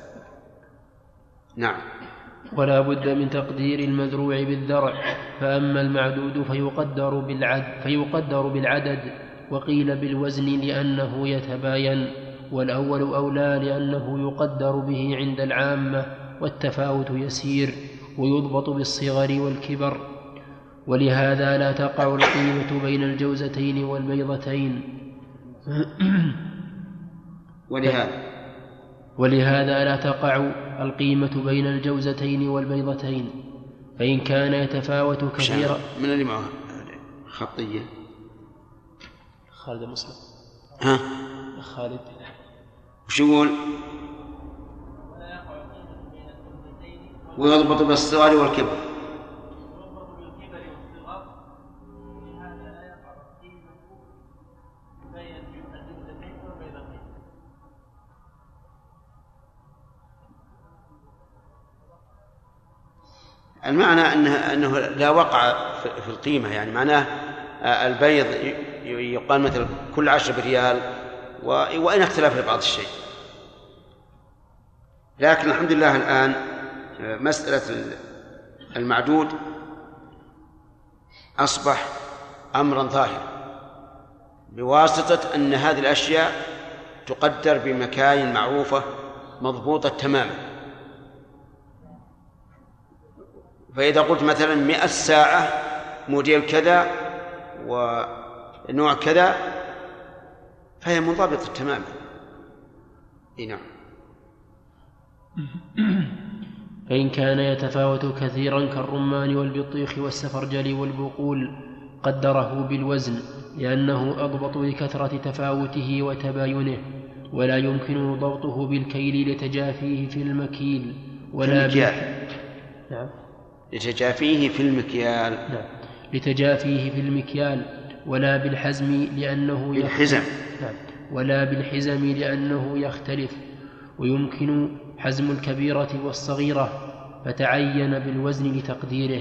نعم.
ولا بد من تقدير المذروع بالذرع. فأما المعدود فيقدر بالعدد, فيقدر بالعدد وقيل بالوزن لأنه يتباين، والأول أولى لأنه يقدر به عند العامة، والتفاوت يسير ويضبط بالصغر والكبر. ولهذا لا تقع القيمة بين الجوزتين والبيضتين
ولهذا
ولهذا لا تقع القيمة بين الجوزتين والبيضتين، فإن كان يتفاوت كثيرا.
من اللي معه خطية؟
خالد مسلم.
ها؟
خالد.
وش يقول؟ ويضبط بالصغر والكبر. المعنى أنه, أنه لا وقع في القيمة، يعني معناه البيض يقال مثل كل عشر بريال، وإن اختلاف لبعض الشيء. لكن الحمد لله الآن مسألة المعدود أصبح أمرا ظاهرا، بواسطة أن هذه الأشياء تقدر بمكاين معروفة مضبوطة تماما. فإذا قلت مثلا مئة ساعة موديل كذا ونوع كذا فهي منضبطة تماما. نعم.
فإن كان يتفاوت كثيرا كالرمان والبطيخ والسفرجل والبقول قدره بالوزن لأنه أضبط لكثرة تفاوته وتباينه، ولا يمكن ضبطه بالكيل لتجافيه في المكيل ولا
في
بال... نعم.
لتجافيه في المكيال
نعم. لتجافيه في المكيال ولا بالحزم لأنه
بالحزم
نعم. ولا بالحزم لأنه يختلف، ويمكن حزم الكبيرة والصغيرة فتعين بالوزن لتقديره.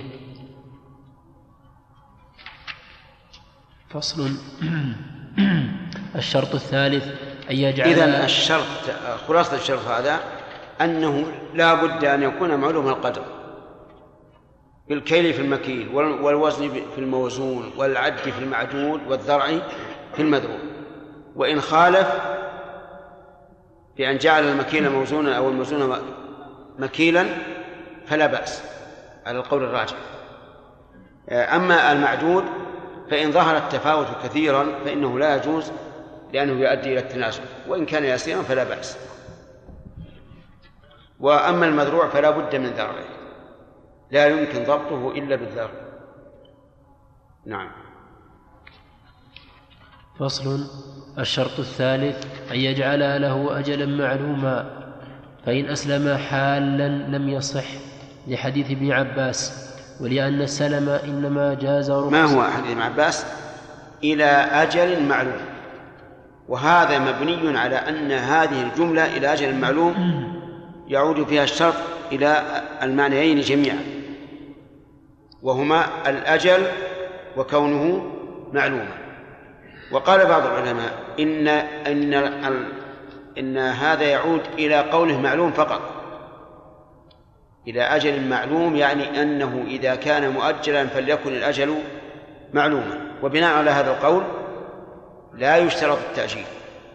فصل. الشرط الثالث أن يجعل
إذن الشرط خلاصة الشرط هذا أنه لا بد أن يكون معلوم القدر بالكيل في المكيل والوزن في الموزون والعد في المعدود والذرع في المذروع. وإن خالف بأن جعل المكيل موزونا أو الموزون مكيلا فلا بأس على القول الراجح. أما المعدود فإن ظهر التفاوت كثيرا فإنه لا يجوز لأنه يؤدي إلى التناسب، وإن كان يسيرا فلا بأس. وأما المذروع فلا بد من ذرعه، لا يمكن ضبطه إلا بالذرع. نعم.
فصل. الشرط الثالث أن يجعل له أجلا معلوما، فإن أسلم حالا لم يصح لحديث ابن عباس، ولأن السلم إنما جاز رخصة.
ما هو حديث ابن عباس؟ إلى أجل معلوم، وهذا مبني على أن هذه الجملة إلى أجل معلوم يعود فيها الشرط إلى المعنيين جميعا، وهما الأجل وكونه معلوما. وقال بعض العلماء إن, إن, إن هذا يعود إلى قوله معلوم فقط، إلى أجل معلوم، يعني أنه إذا كان مؤجلا فليكن الأجل معلوما. وبناء على هذا القول لا يشترط التأجيل،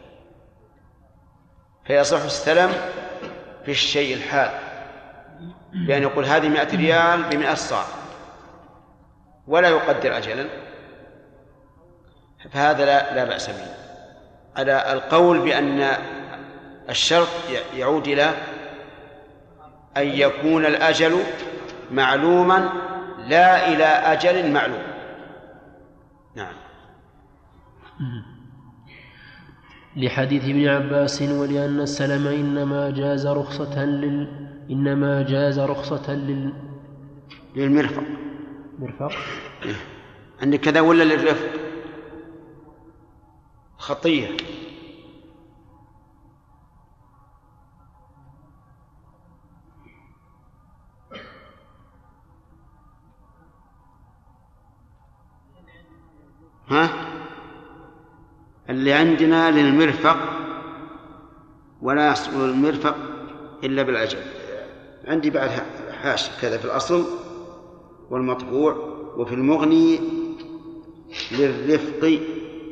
فيصح السلم في الشيء الحال بأن يقول هذه مئة ريال بمئة صاع ولا يقدر أجلا، فهذا لا, لا بأس به. على القول بأن الشرط يعود إلى أن يكون الأجل معلوما لا إلى أجل معلوم. نعم.
لحديث ابن عباس ولأن السلم إنما جاز رخصة لل إنما جاز رخصة لل
للمرفق.
مرفق
عندك كذا ولا للرفق؟ خطية. ها؟ اللي عندنا للمرفق، ولا يحصل المرفق إلا بالأجل. عندي بعد حاشية كذا في الأصل والمطبوع وفي المغني للرفق،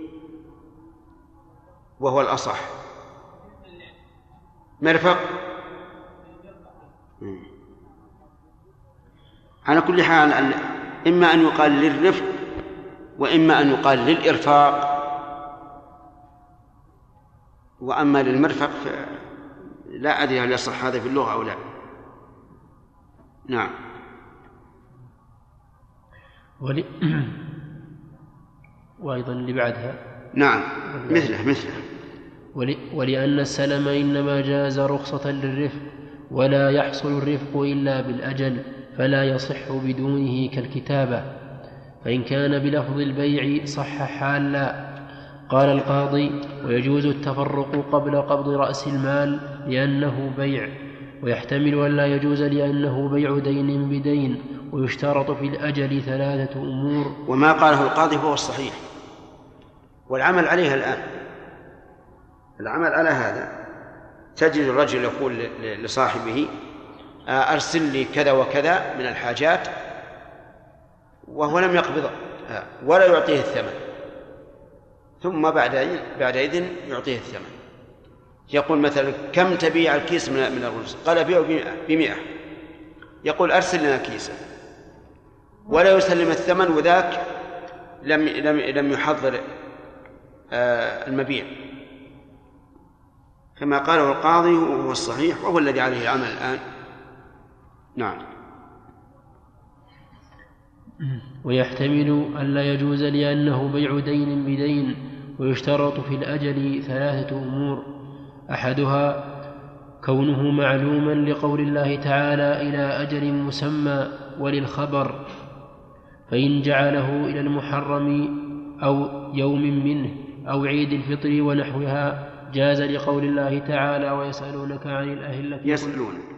وهو الأصح مرفق. على كل حال إما أن يقال للرفق وإما أن يقال للإرفاق، وأما للمرفق لا أدري هل يصح هذا في اللغة أو لا. نعم.
ولي... وأيضا اللي بعدها
نعم مثله مثله
ولي... ولأن السلم إنما جاز رخصة للرفق، ولا يحصل الرفق إلا بالأجل، فلا يصح بدونه كالكتابة، فإن كان بلفظ البيع صح حالا. قال القاضي: ويجوز التفرق قبل قبض رأس المال لأنه بيع، ويحتمل أن لا يجوز لأنه بيع دين بدين، ويشترط في الأجل ثلاثة أمور.
وما قاله القاضي هو الصحيح والعمل عليها الآن. العمل على هذا تجد الرجل يقول لصاحبه: أرسل لي كذا وكذا من الحاجات، وهو لم يقبض ولا يعطيه الثمن، ثم بعد بعدئذ يعطيه الثمن. يقول مثلا: كم تبيع الكيس من الرز؟ قال: بيعه بمئة. يقول: أرسل لنا كيسا، ولا يسلم الثمن، وذاك لم لم لم يحضر المبيع. كما قاله القاضي وهو الصحيح وهو الذي عليه العمل الآن. نعم.
ويحتمل أن لا يجوز لأنه بيع دين بدين، ويشترط في الأجل ثلاثة أمور: أحدها كونه معلوما لقول الله تعالى إلى أجل مسمى، وللخبر، فإن جعله إلى المحرم أو يوم منه أو عيد الفطر ونحوها جاز لقول الله تعالى: ويسألونك عن الأهلة
يسألونك